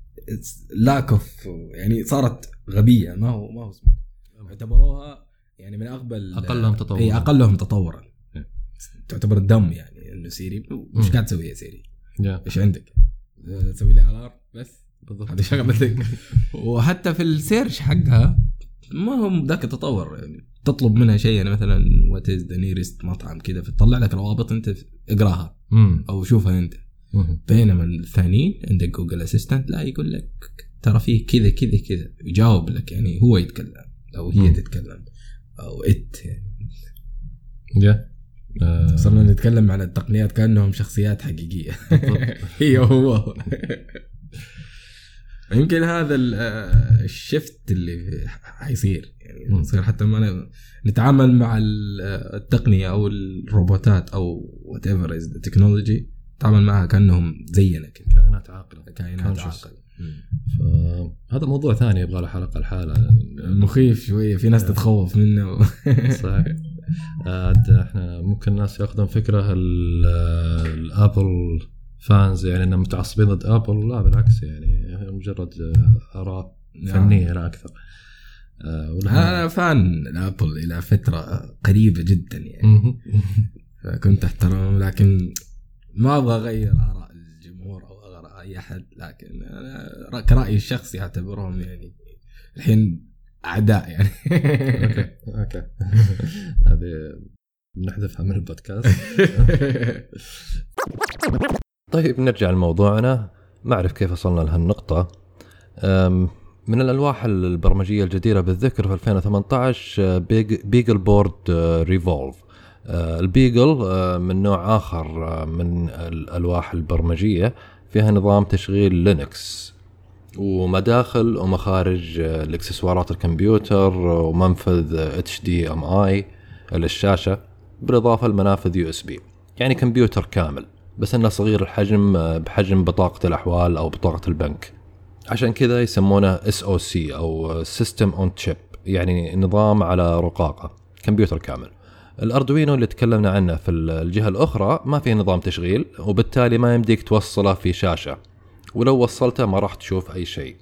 لاكوف، يعني صارت غبيه، ما هو سمارت. اعتبروها يعني من اقلهم تطورا. تعتبر الدم يعني انه سيري مش قاعد تسوي سيري. ايش عندك؟ تسوي لي علار بس بالضبط، هذه شغلتك. وحتى في السيرش حقها ما هو ذاك التطور، يعني تطلب منها شيء يعني مثلا وات از ذا نيرست مطعم كذا، فتطلع لك روابط انت اقراها او شوفها انت. بينما الثانيين عندك جوجل اسيستنت لا يقول لك ترى فيه كذا كذا كذا، يجاوب لك، يعني هو يتكلم او هي تتكلم او يعني صرنا نتكلم عن التقنيات كأنهم شخصيات حقيقية. هي هو. يمكن هذا الشفت اللي حيصير، يعني يصير حتى ما نتعامل مع التقنية أو الروبوتات أو whatever is the technology، نتعامل معها كأنهم زينا كائنات عاقلة. فهذا موضوع ثاني يبغى له حلقة الحالة، مخيف شوية، في ناس تتخوف منه. صحيح. احنا ممكن الناس ياخذون فكرة الابل فانز يعني انهم متعصبين ضد ابل، لا بالعكس، يعني مجرد اراء فنية لا اكثر. انا فان الابل الى فترة قريبة جدا يعني. كنت احترم، لكن ما ابغى اغير اراء الجمهور او اراء اي احد، لكن انا كرأيي الشخصي اعتبرهم يعني الحين اعداء يعني. اوكي هذه بنحذفها من البودكاست. طيب نرجع لموضوعنا. ما اعرف كيف وصلنا لهالنقطة. من الألواح البرمجية الجديرة بالذكر في 2018 بيجل بورد ريفولف. البيجل من نوع آخر من الألواح البرمجية، فيها نظام تشغيل لينكس ومداخل ومخارج الاكسسوارات الكمبيوتر ومنفذ HDMI للشاشة، بالإضافة لمنافذ USB. يعني كمبيوتر كامل، بس إنه صغير الحجم بحجم بطاقة الأحوال أو بطاقة البنك. عشان كذا يسمونه SoC أو System on Chip، يعني نظام على رقاقة، كمبيوتر كامل. الأردوينو اللي تكلمنا عنه في الجهة الأخرى ما فيه نظام تشغيل، وبالتالي ما يمديك توصله في شاشة، ولو وصلته ما راح تشوف أي شيء.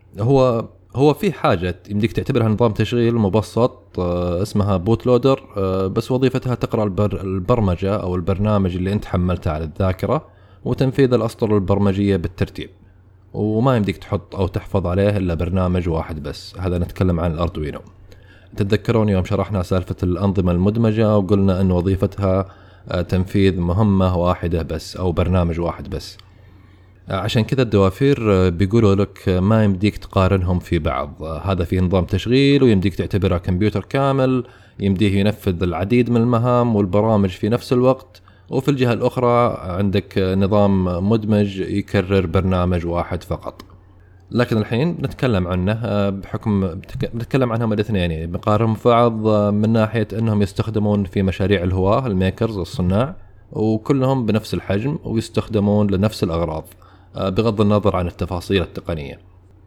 هو في حاجة يمديك تعتبرها نظام تشغيل مبسط اسمها بوت لودر، بس وظيفتها تقرأ البرمجة أو البرنامج اللي أنت حملته على الذاكرة وتنفيذ الأسطر البرمجية بالترتيب، وما يمديك تحط أو تحفظ عليه إلا برنامج واحد بس. هذا نتكلم عن الأردوينو. تتذكرون يوم شرحنا سالفة الأنظمة المدمجة وقلنا أن وظيفتها تنفيذ مهمة واحدة بس أو برنامج واحد بس. عشان كذا الدوافير بيقولوا لك ما يمديك تقارنهم في بعض. هذا فيه نظام تشغيل ويمديك تعتبره كمبيوتر كامل، يمديه ينفذ العديد من المهام والبرامج في نفس الوقت، وفي الجهة الأخرى عندك نظام مدمج يكرر برنامج واحد فقط. لكن الحين نتكلم عنه بحكم نتكلم عنهم الاثنين، يعني بنقارنهم في بعض من ناحية أنهم يستخدمون في مشاريع الهواة الميكرز الصناع، وكلهم بنفس الحجم ويستخدمون لنفس الأغراض بغض النظر عن التفاصيل التقنية.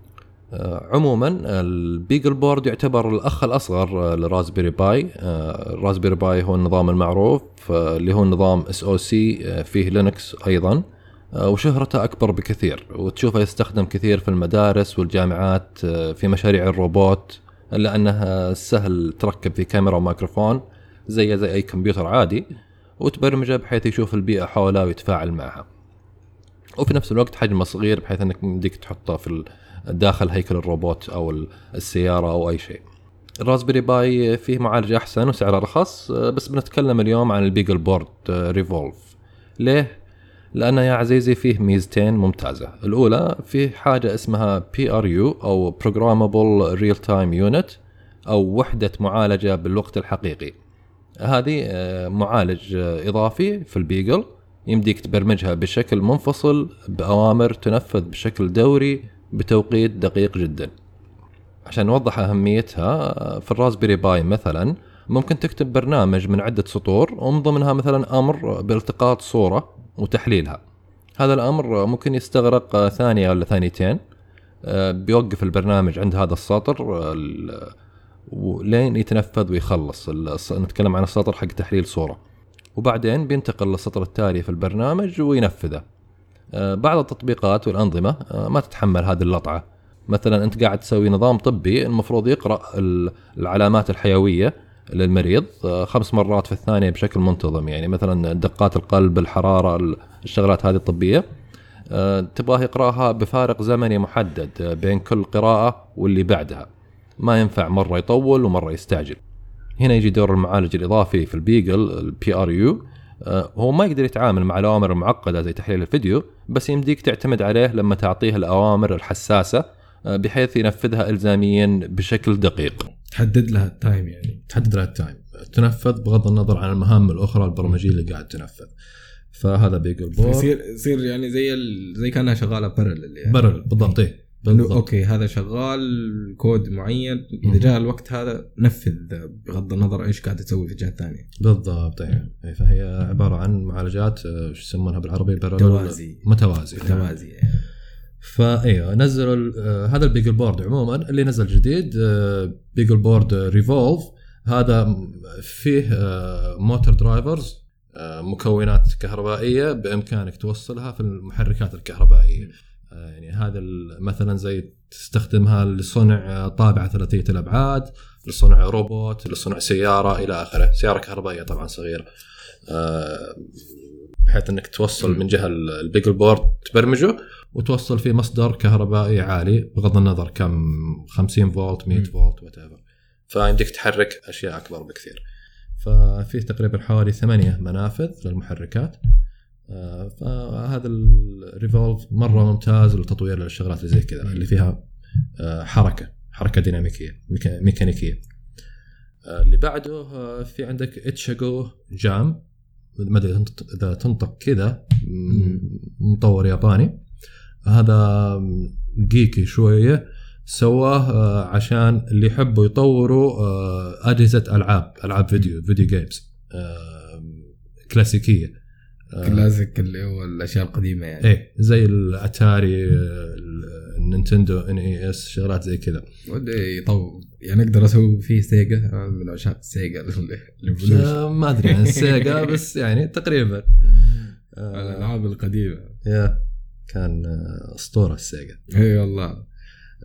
عموما البيجل بورد يعتبر الأخ الأصغر للرازبيري باي. الرازبيري باي هو النظام المعروف اللي هو نظام SoC فيه لينكس أيضا، وشهرته أكبر بكثير، وتشوفه يستخدم كثير في المدارس والجامعات في مشاريع الروبوت، لأنها سهل تركب في كاميرا وميكروفون زي أي كمبيوتر عادي، وتبرمجه بحيث يشوف البيئة حوله ويتفاعل معها، وفي نفس الوقت حجمه صغير بحيث أنك بدك تحطه في داخل هيكل الروبوت أو السيارة أو أي شيء. الرازبيري باي فيه معالج أحسن وسعره رخص، بس بنتكلم اليوم عن البيجل بورد ريفولف. ليه؟ لأنه يا عزيزي فيه ميزتين ممتازة. الأولى فيه حاجة اسمها PRU أو Programmable Real Time Unit أو وحدة معالجة بالوقت الحقيقي. هذه معالج إضافي في البيجل، يمديك تبرمجها بشكل منفصل بأوامر تنفذ بشكل دوري بتوقيت دقيق جدا. عشان نوضح أهميتها، في الرازبيري باي مثلا ممكن تكتب برنامج من عدة سطور ومن ضمنها مثلا أمر بالتقاط صورة وتحليلها. هذا الأمر ممكن يستغرق ثانية ولا ثانيتين، بيوقف البرنامج عند هذا السطر لين يتنفذ ويخلص. نتكلم عن السطر حق تحليل صورة، وبعدين بينتقل للسطر التالي في البرنامج وينفذه. بعض التطبيقات والأنظمة ما تتحمل هذه اللطعة. مثلا أنت قاعد تسوي نظام طبي المفروض يقرأ العلامات الحيوية للمريض 5 مرات في الثانية بشكل منتظم، يعني مثلا دقات القلب، الحرارة، الشغلات هذه الطبية، تبغاه يقرأها بفارق زمني محدد بين كل قراءة واللي بعدها. ما ينفع مرة يطول ومرة يستعجل. هنا يجي دور المعالج الإضافي في البيجل PRU. هو ما يقدر يتعامل مع الأوامر المعقدة زي تحليل الفيديو، بس يمديك تعتمد عليه لما تعطيه الأوامر الحساسة بحيث ينفذها إلزاميا بشكل دقيق. تحدد لها التايم، يعني تحدد لها التايم تنفذ بغض النظر عن المهام الأخرى البرمجية اللي قاعد تنفذ. فهذا بيجل بورد يصير يعني زي كانها شغالة بارلل، يعني بالضبط. اوكي هذا شغال كود معين، اذا جاء الوقت هذا نفذ بغض النظر ايش قاعد تسوي في الجهه الثانيه. بالضبط. يعني فهي عباره عن معالجات شو يسمونها بالعربي، متوازي. فايوه نزلوا هذا البيجل بورد. عموما اللي نزل جديد بيجل بورد ريفولف، هذا فيه موتور درايفرز، مكونات كهربائيه بامكانك توصلها في المحركات الكهربائيه. يعني هذا مثلا زي تستخدمها لصنع طابعة ثلاثية الأبعاد، لصنع روبوت، لصنع سيارة إلى آخره، سيارة كهربائية طبعا صغيرة، بحيث أنك توصل من جهة البيجل بورد تبرمجه وتوصل فيه مصدر كهربائي عالي بغض النظر كم، 50 فولت 100 فولت whatever. فعندك تحرك أشياء أكبر بكثير. ففيه تقريبا حوالي 8 منافذ للمحركات. فهذا الريفولف مرة ممتاز للتطوير للشغلات اللي زي كذا اللي فيها حركة ديناميكية ميكانيكية. اللي بعده في عندك اتشاغو جام، ما ادري اذا تنطق كذا، مطور ياباني. هذا جيكي شويه، سواه عشان اللي يحبوا يطوروا اجهزه العاب فيديو جيمز كلاسيكيه، كلاسيك اللي هو الاشياء القديمه يعني. ايه زي الاتاري، النينتندو NES، شغلات زي كذا. ودي يطور يعني اقدر اسوي فيه سيجا، من عشاق سيجا ما ادري عن سيجا بس يعني تقريبا الالعاب القديمه كان اسطوره السيجا. اي والله.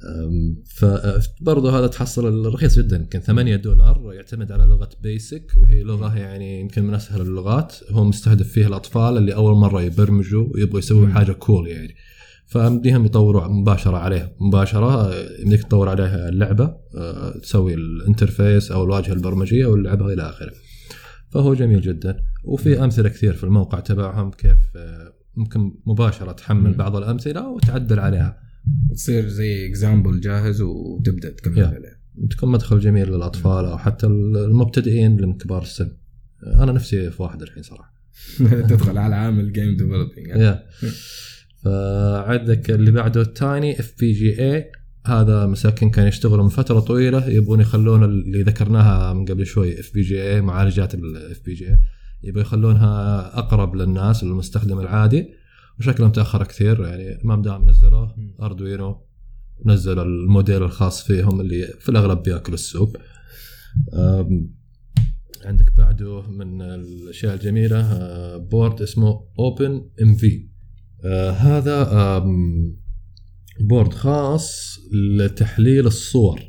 فبرضه هذا تحصل رخيص جدا، يمكن $8 يعتمد على لغة بيسك، وهي لغة يعني يمكن من أسهل اللغات، هو مستهدف فيه الأطفال اللي أول مرة يبرمجوا ويبغوا يسوي حاجة كول يعني، فمديهم يطوروا مباشرة عليه، مباشرة يمديك تطور عليه اللعبة، تسوي الانترفيس أو الواجهة البرمجية واللعبة إلى آخره. فهو جميل جدا، وفي أمثلة كثير في الموقع تبعهم كيف ممكن مباشرة تحمل بعض الأمثلة وتعدل عليها، تصير زي اكزامبل جاهز وتبدا تكمل عليه. تكون مدخل جميل للاطفال او حتى المبتدئين لكبار السن. انا نفسي في واحد الحين صراحه. تدخل على عامل جيم ديفلوبينج. فعندك اللي بعده الثاني FPGA. هذا مساكين كان يشتغلوا من فتره طويله، يبون يخلون اللي ذكرناها من قبل شوي FPGA، معالجات FPGA يبغوا يخلونها اقرب للناس للمستخدم العادي، وشكله متأخر كثير يعني. ما دام نزلوه أردوينو نزل الموديل الخاص فيهم اللي في الأغلب بيأكل السوق. عندك بعده من الأشياء الجميلة بورد اسمه OpenMV. هذا بورد خاص لتحليل الصور.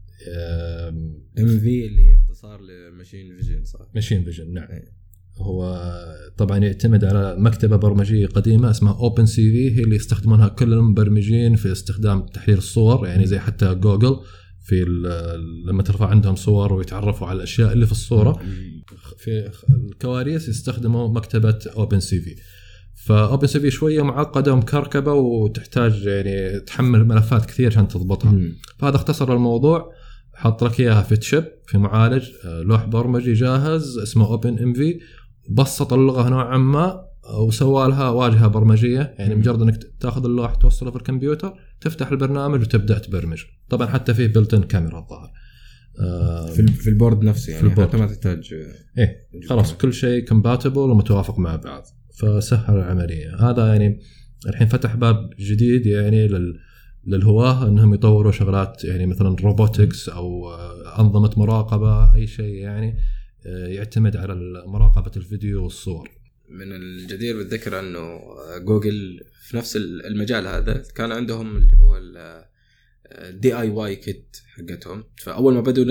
MV اللي هي اختصار لماشين فيجن، صح؟ ماشين فيجن، نعم. هو طبعا يعتمد على مكتبة برمجية قديمة اسمها OpenCV، هي اللي يستخدمونها كل المبرمجين في استخدام تحليل الصور يعني، زي حتى جوجل في لما ترفع عندهم صور ويتعرفوا على الأشياء اللي في الصورة في الكواليس يستخدموا مكتبة OpenCV. فOpenCV شوية معقدة ومكركبة وتحتاج يعني تحمل ملفات كثير عشان تضبطها. فهذا اختصر الموضوع، حط لك إياها في تشيب، في معالج، لوح برمجي جاهز اسمه OpenMV، بسط اللغة نوعا ما وسوى لها واجهة برمجية يعني. مجرد انك تاخذ اللوح توصله في الكمبيوتر، تفتح البرنامج وتبدأ تبرمج. طبعا حتى فيه بلتن كاميرا الظاهر في البورد نفسه يعني، حتى ما تحتاج خلاص كل شيء كومباتبل ومتوافق مع بعض، فسهل العملية. هذا يعني الحين فتح باب جديد يعني للهواة انهم يطوروا شغلات يعني مثلا روبوتكس او انظمة مراقبة، اي شيء يعني يعتمد على مراقبة الفيديو والصور. من الجدير بالذكر انه جوجل في نفس المجال هذا كان عندهم اللي هو DIY كيت حقتهم. فاول ما بدوا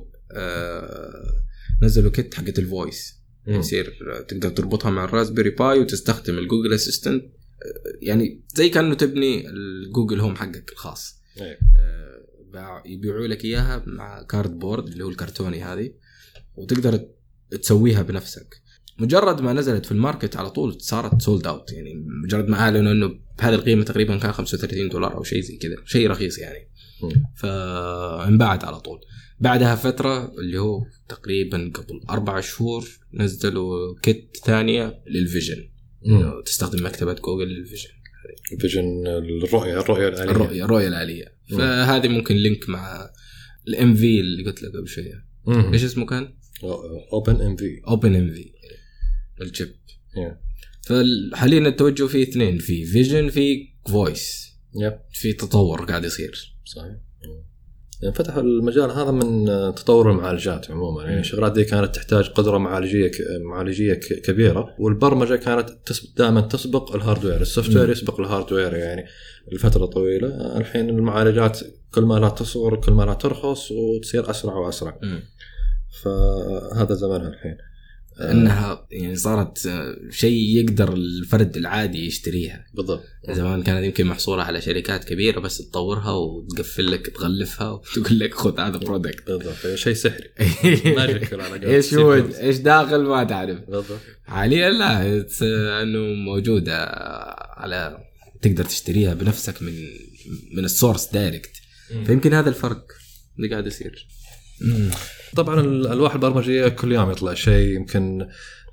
نزلوا كيت حقت الفويس، يصير تقدر تربطها مع الراسبيري باي وتستخدم الجوجل اسيستنت، يعني زي كأنه تبني الجوجل هوم حقك الخاص. يبيعوا لك إياها مع كارد بورد اللي هو الكرتوني هذه، وتقدر تسويها بنفسك. مجرد ما نزلت في الماركت على طول صارت سولد اوت يعني. مجرد ما أعلنوا إنه بهذه القيمة تقريبا كان $35 أو شيء زي كذا، شيء رخيص يعني. فانباعت على طول. بعدها فترة اللي هو تقريبا قبل 4 شهور نزلوا كيت ثانية للفيجن، تستخدم مكتبة جوجل للفيجن، فيجن الرؤية الآلية. فهذه ممكن لينك مع الMV اللي قلت لك قبل شوية. ايش اسمه كان؟ OpenMV الشيب. فحاليا التوجه فيه 2، في فيجن، في فويس. في تطور قاعد يصير. صحيح. يعني فتح المجال هذا من تطور المعالجات عموما يعني. الشغلات دي كانت تحتاج قدرة معالجية كبيرة، والبرمجة كانت دائما تسبق الهاردوير، السوفتوير يسبق الهاردوير يعني لفترة طويلة. الحين المعالجات كل ما لا تصغر كل ما لا ترخص وتصير أسرع وأسرع. فهذا زمانها الحين انها يعني صارت شيء يقدر الفرد العادي يشتريها. بالضبط. زمان كانت يمكن محصورة على شركات كبيرة بس تطورها وتقفل لك تغلفها وتقول لك خذ هذا برودكت. بالضبط. شيء سحري ماجيك على ايش داخل ما تعرف. بالضبط. حاليا لا، انه موجودة على تقدر تشتريها بنفسك من السورس دايركت. فيمكن هذا الفرق اللي قاعد يصير. طبعا الألواح البرمجية كل يوم يطلع شيء. يمكن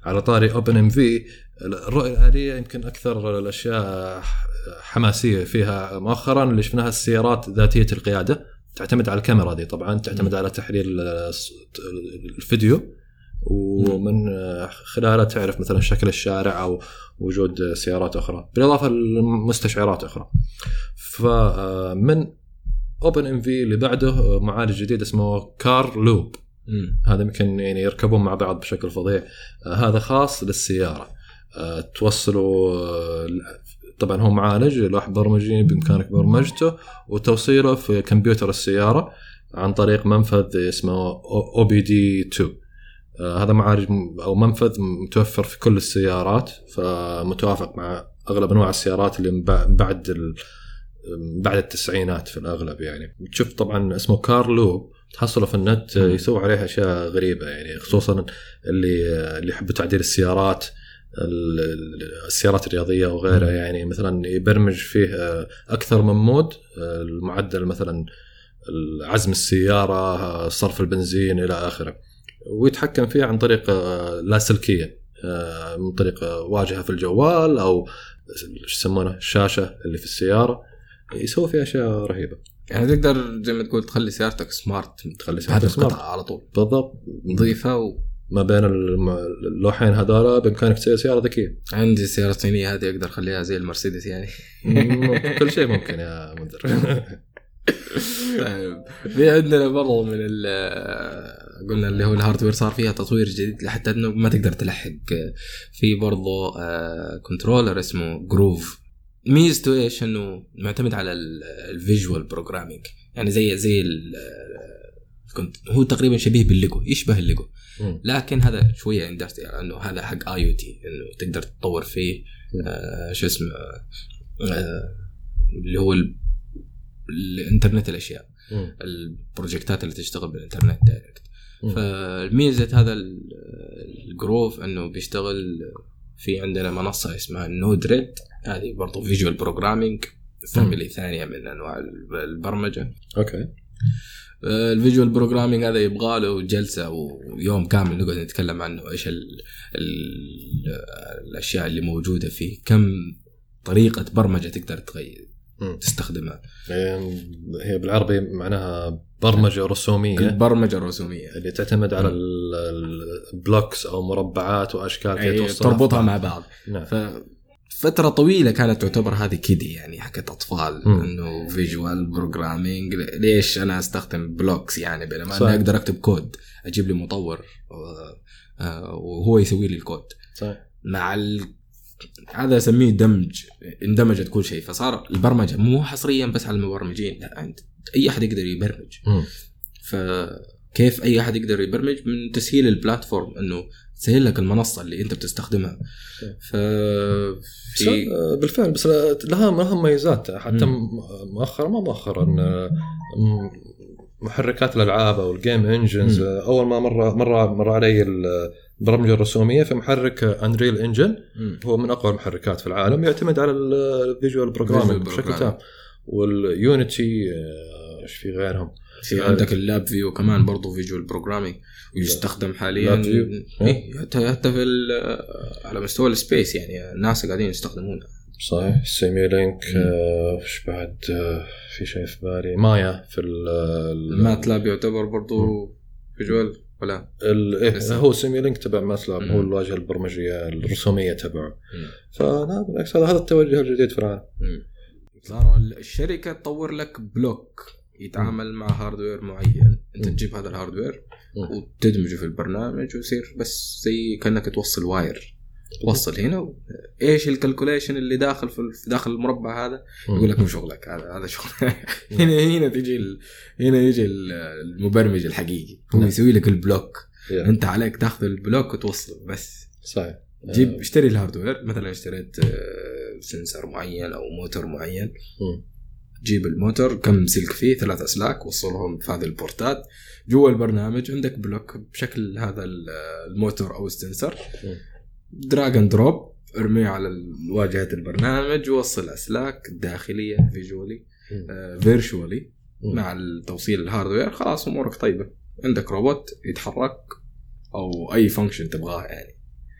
على طاري اوبن ام في، الرؤيه الآلية يمكن اكثر الاشياء حماسيه فيها مؤخرا اللي شفناها السيارات ذاتيه القياده، تعتمد على الكاميرا دي طبعا، تعتمد على تحليل الفيديو ومن خلالها تعرف مثلا شكل الشارع او وجود سيارات اخرى بالاضافه لمستشعرات اخرى. فمن اوبن ام في اللي بعده معالج جديد اسمه كار لوب، هذا يمكن يعني يركبون مع بعض بشكل فظيع. هذا خاص للسياره، توصله طبعا هو معالج لوح برمجي بإمكانك برمجته وتوصيله في كمبيوتر السيارة عن طريق منفذ اسمه OBD2. هذا معالج أو منفذ متوفر في كل السيارات، فمتوافق مع أغلب أنواع السيارات اللي بعد التسعينات في الأغلب. يعني تشوف طبعا اسمه كار لوب، تحصله في النت يسوي عليه أشياء غريبة، يعني خصوصا اللي يحبوا تعديل السيارات الرياضية وغيرها. يعني مثلا يبرمج فيه أكثر من مود، المعدل مثلا عزم السيارة، صرف البنزين إلى آخره، ويتحكم فيه عن طريق لاسلكية، من طريق واجهة في الجوال أو يسمونه الشاشة اللي في السيارة. يسوي فيها أشياء رهيبة. يعني تقدر زي ما تقول تخلي سيارتك سمارت، تخلي سيارتك سمارت على طول. بالضبط، نظيفة ما بين اللوحين هذول بإمكانك تسوي سيارة ذكية. عندي السيارة الصينية هذه أقدر أخليها زي المرسيدس يعني. كل شيء ممكن يا منذر. طيب في عندنا برضو من قلنا اللي هو الهاردوير صار فيها تطوير جديد لحتى انه ما تقدر تلحق. في برضو كنترولر اسمه جروف، ميزته ايش؟ انه معتمد على الفيجوال بروجرامينج، يعني زي هو تقريبا شبيه بالليجو، يشبه الليجو، لكن هذا شويه اندستري، انه هذا حق اي او تي، انه تقدر تطور فيه شو اسمه اللي هو الانترنت الاشياء، البروجكتات اللي تشتغل بالانترنت دايركت. فالميزه هذا الجروف انه بيشتغل في عندنا منصه اسمها نود ريد، هذه برضو فيجوال بروجرامينج، فاميلي ثانيه من انواع البرمجه. اوكي. الفيجوال بروجرامينج هذا يبغى له جلسه ويوم كامل نقعد نتكلم عنه، ايش الاشياء اللي موجوده فيه، كم طريقه برمجه تقدر تستخدمها. هي بالعربي معناها برمجة رسومية. البرمجة الرسومية اللي تعتمد على البلوكس أو مربعات وأشكال تربطها مع بعض. نعم. فترة طويلة كانت تعتبر هذه كيدي، يعني حكت أطفال، إنه فيجوال بروجرامينج ليش أنا أستخدم بلوكس، يعني بينما أنا أقدر أكتب كود، أجيب لي مطور وهو يسوي لي الكود. صحيح. مع هذا أسميه دمج، اندمجت كل شيء، فصار البرمجة مو حصريا بس على المبرمجين، لا، أي أحد يقدر يبرمج. فكيف أي أحد يقدر يبرمج؟ من تسهيل البلاتفورم، إنه تسهل لك المنصة اللي أنت بتستخدمها. بالفعل، بس لها مميزات حتى مؤخرا محركات الألعاب أو الجيم إنجنز. أول ما مر علي البرمجة الرسومية في محرك أنريل إنجن، هو من أقوى المحركات في العالم، يعتمد على الفيجوال بروجرامينج بشكل تام، واليونيتي إيش في غيرهم. في عندك اللاب فيو كمان برضو فيجوال بروجرامينج ويستخدم حاليا حتى في على مستوى السبيس، يعني الناس قاعدين يستخدمونها. صحيح. سيميلينك، ايش بعد في شيء في بالي، مايا في الماتلاب يعتبر برضو فيجوال ولا هو سيميلينك تبع ماتلاب، هو الواجهة البرمجية الرسومية تبعه. فهذا بالعكس هذا التوجه الجديد في العالم. صار الشركة تطور لك بلوك يتعامل مع هاردوير معين، انت تجيب هذا الهاردوير وتدمجه في البرنامج ويصير بس زي كأنك توصل واير، وصل هنا ايش الكالكوليشن اللي داخل في داخل المربع هذا، يقول لك مو شغلك، هذا شغل. هنا يجي المبرمج الحقيقي، هو يسوي لك البلوك، انت عليك تاخذ البلوك وتوصله بس. صحيح. جيب اشتري الهاردوير، مثلا اشتريت سنسر معين او موتور معين، جيب الموتور كم سلك فيه 3 أسلاك، وصلهم في هذه البورتات جوا البرنامج، عندك بلوك بشكل هذا الموتور أو السنسر، دراج اند دروب، ارميه على واجهة البرنامج، ووصل أسلاك داخلية فيجوالي فيرشوالي مع التوصيل الهاردوير، خلاص أمورك طيبة، عندك روبوت يتحرك أو أي فانكشن تبغاه يعني.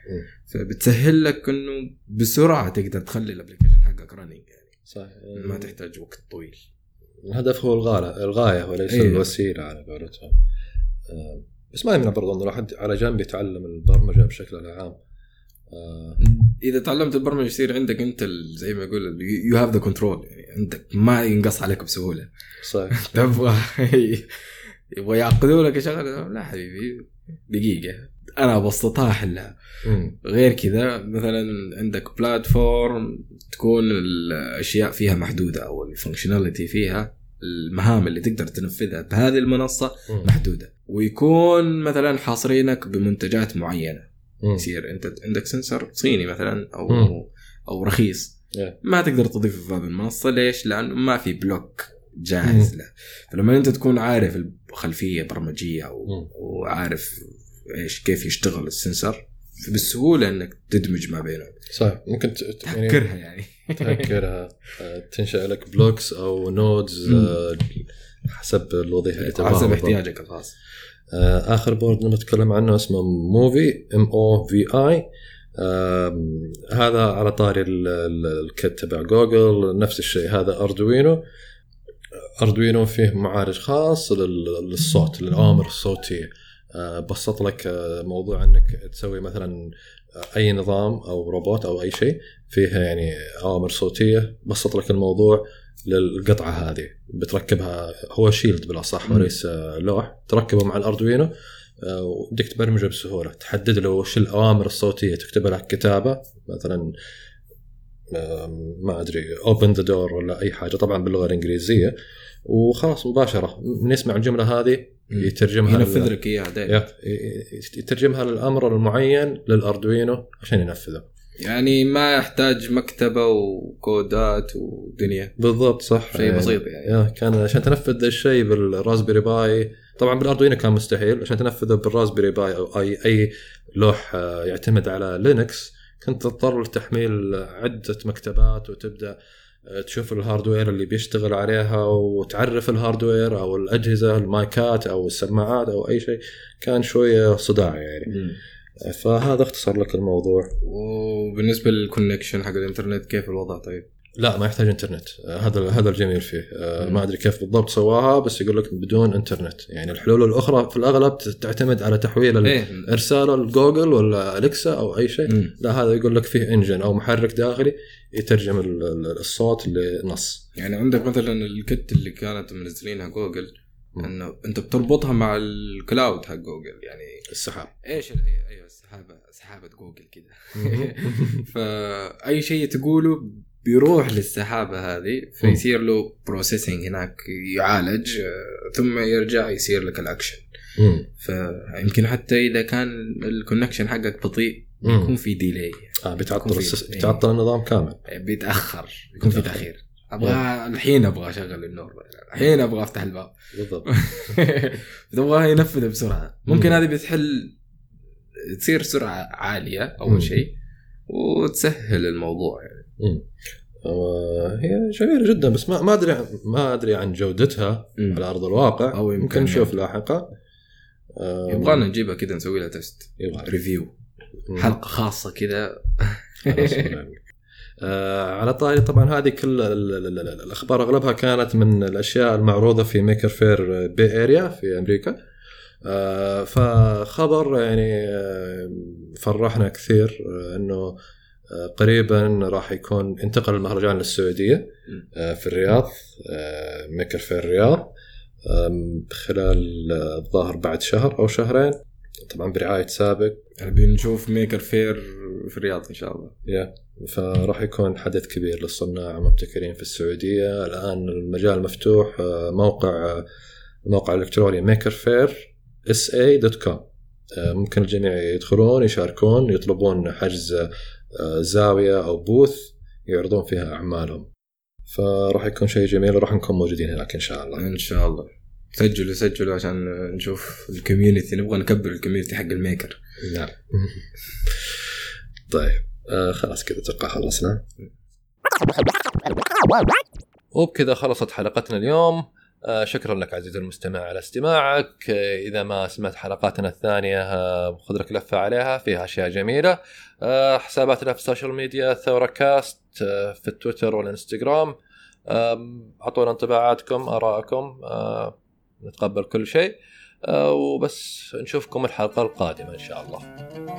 فبتسهل لك انه بسرعه تقدر تخلي الابلكيشن حقك رننج يعني صح. ما تحتاج وقت طويل. الهدف هو الغاية وليس الوسيلة على قولتهم. بس ما يمنع برضو أن الواحد على جنب يتعلم البرمجة بشكل عام. إذا تعلمت البرمجة يصير عندك أنت زي ما يقول you have the control يعني عندك ما ينقص عليك بسهولة. صح. يبغى يعقدوا لك شغلة لا حبيبي دقيقة أنا بسطها حلها. غير كذا مثلا عندك بلاتفورم تكون الأشياء فيها محدودة أو الفانكشناليتي فيها المهام اللي تقدر تنفذها بهذه المنصة محدودة ويكون مثلا حاصرينك بمنتجات معينة. يصير أنت عندك سنسر صيني مثلا أو رخيص ما تقدر تضيفه في هذه المنصة. ليش؟ لأنه ما في بلوك جاهز له. فلما أنت تكون عارف الخلفية برمجية وعارف إيش كيف يشتغل السنسر بالسهولة إنك تدمج ما بينهم. صح. ممكن تهكرها يعني تهكرها تنشأ لك بلوكس أو نودز حسب الوظيفة اللي تبغاها حسب احتياجك الخاص. آخر بورد نتكلم عنه اسمه موفي MOVI. هذا على طاري الكت تبع جوجل نفس الشيء. هذا أردوينو فيه معالج خاص للصوت للأوامر الصوتية. بسط لك موضوع أنك تسوي مثلا أي نظام أو روبوت أو أي شيء فيها يعني أوامر صوتية. بسط لك الموضوع للقطعة هذه بتركبها هو شيلد بلا صح وليس لوح تركبه مع الأردوينو ودك تبرمجه بسهولة. تحدد له وش الأوامر الصوتية تكتب لها كتابة مثلا ما أدري open the door ولا أي حاجة طبعا باللغة الإنجليزية وخلاص مباشرة من يسمع الجملة هذه يترجمها ينفذ لك إياها يترجمها للأمر المعين للأردوينو عشان ينفذه. يعني ما يحتاج مكتبة وكودات ودنيا. بالضبط صح. شيء بسيط يعني. كان عشان تنفذ الشيء بالرازبيري باي طبعا بالأردوينو كان مستحيل. عشان تنفذه بالرازبيري باي أو أي لوح يعتمد على لينكس كنت تضطر لتحميل عدة مكتبات وتبدأ تشوف الهاردوير اللي بيشتغل عليها وتعرف الهاردوير أو الأجهزة المايكات أو السماعات أو أي شيء. كان شوية صداع يعني. فهذا اختصر لك الموضوع. وبالنسبة للكونكشن حق الانترنت كيف الوضع؟ طيب لا ما يحتاج انترنت. هذا الجميل فيه. ما أدري كيف بالضبط سواها بس يقول لك بدون انترنت. يعني الحلول الأخرى في الأغلب تعتمد على تحويل الإرسال لجوجل ولا أليكسا أو أي شيء. لا هذا يقول لك فيه انجن أو محرك داخلي يترجم الصوت لنص. يعني عندك مثلا الكت اللي كانت منزلينها جوجل انه انت بتربطها مع الكلاود حق جوجل يعني السحاب. ايش ايوه سحابة جوجل كده. فاي شيء تقوله بيروح للسحابة هذه فيصير له بروسيسنج هناك يعالج ثم يرجع يصير لك الاكشن. فيمكن حتى اذا كان الكونكشن حقك بطيء يكون في ديلي بتعطل النظام كامل بيتاخر يكون في تاخير. ابغى الحين ابغى اشغل النور الحين ابغى افتح الباب بالضبط. تبغاه ينفذ بسرعه. ممكن هذه بتحل تصير سرعه عاليه اول شيء وتسهل الموضوع يعني. هي جميله جدا بس ما ادري عن جودتها على ارض الواقع. أو ممكن نشوف لاحقا. يبغانا نجيبها كده نسوي لها تيست ريفيو حلقه خاصه كده. على طاري طبعا هذه كل الأخبار أغلبها كانت من الأشياء المعروضة في ميكر فير بي إيريا في أمريكا. فخبر يعني فرحنا كثير إنه قريبا راح يكون انتقل المهرجان للسعودية في الرياض. ميكر فير الرياض خلال الظاهر بعد شهر أو شهرين طبعا برعاية سابق. يعني بنشوف ميكر فير في الرياض إن شاء الله. فراح يكون حدث كبير للصناع المبتكرين في السعودية. الآن المجال مفتوح. الموقع الإلكتروني makerfair.sa.com ممكن الجميع يدخلون يشاركون يطلبون حجز زاوية أو بوث يعرضون فيها أعمالهم. فراح يكون شيء جميل وراح نكون موجودين هناك إن شاء الله. إن شاء الله سجلوا عشان نشوف الكوميونتي. نبغى نكبر الكوميونتي حق الميكر. نعم. طيب خلاص كذا تلقى خلصنا وبكذا خلصت حلقتنا اليوم. شكرا لك عزيزي المستمع على استماعك. إذا ما سمعت حلقاتنا الثانية خذ لك لفة عليها، فيها أشياء جميلة. حساباتنا في السوشيال ميديا ثورة كاست في التويتر والإنستغرام. أعطونا انطباعاتكم، آراءكم، نتقبل كل شيء. وبس نشوفكم الحلقة القادمة إن شاء الله.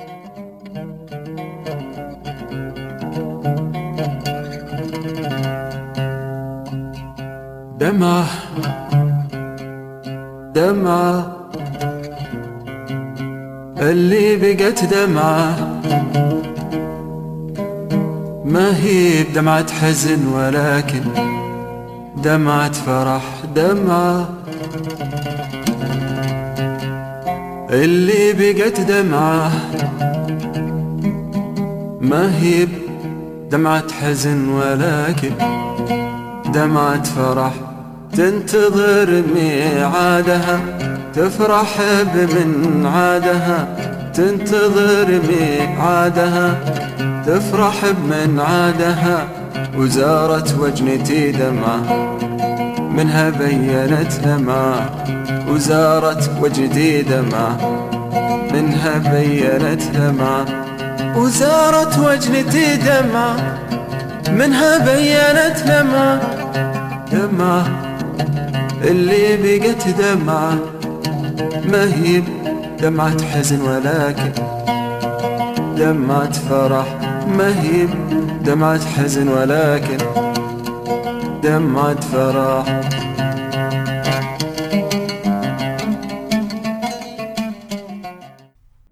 دمعة دمعة اللي بقت دمعة، ما هي بدمعة حزن ولكن دمعة فرح. دمعة اللي بقت دمعة، ما هي بدمعة حزن ولكن دمعة فرح. تنتظر ميعادها تفرح بمن عادها، تنتظر ميعادها تفرح بمن عادها. وزارت وجنتي دمعة منها بينت لمعة، وزارت وجنتي دمعة منها بينت لمعة، وزارت وجنتي دمعة منها بينت لمعة. دمعة اللي بقت دمعة، ما هي دمعة حزن ولكن دمعة فرح. ما هي دمعة حزن ولكن دمعة فرح.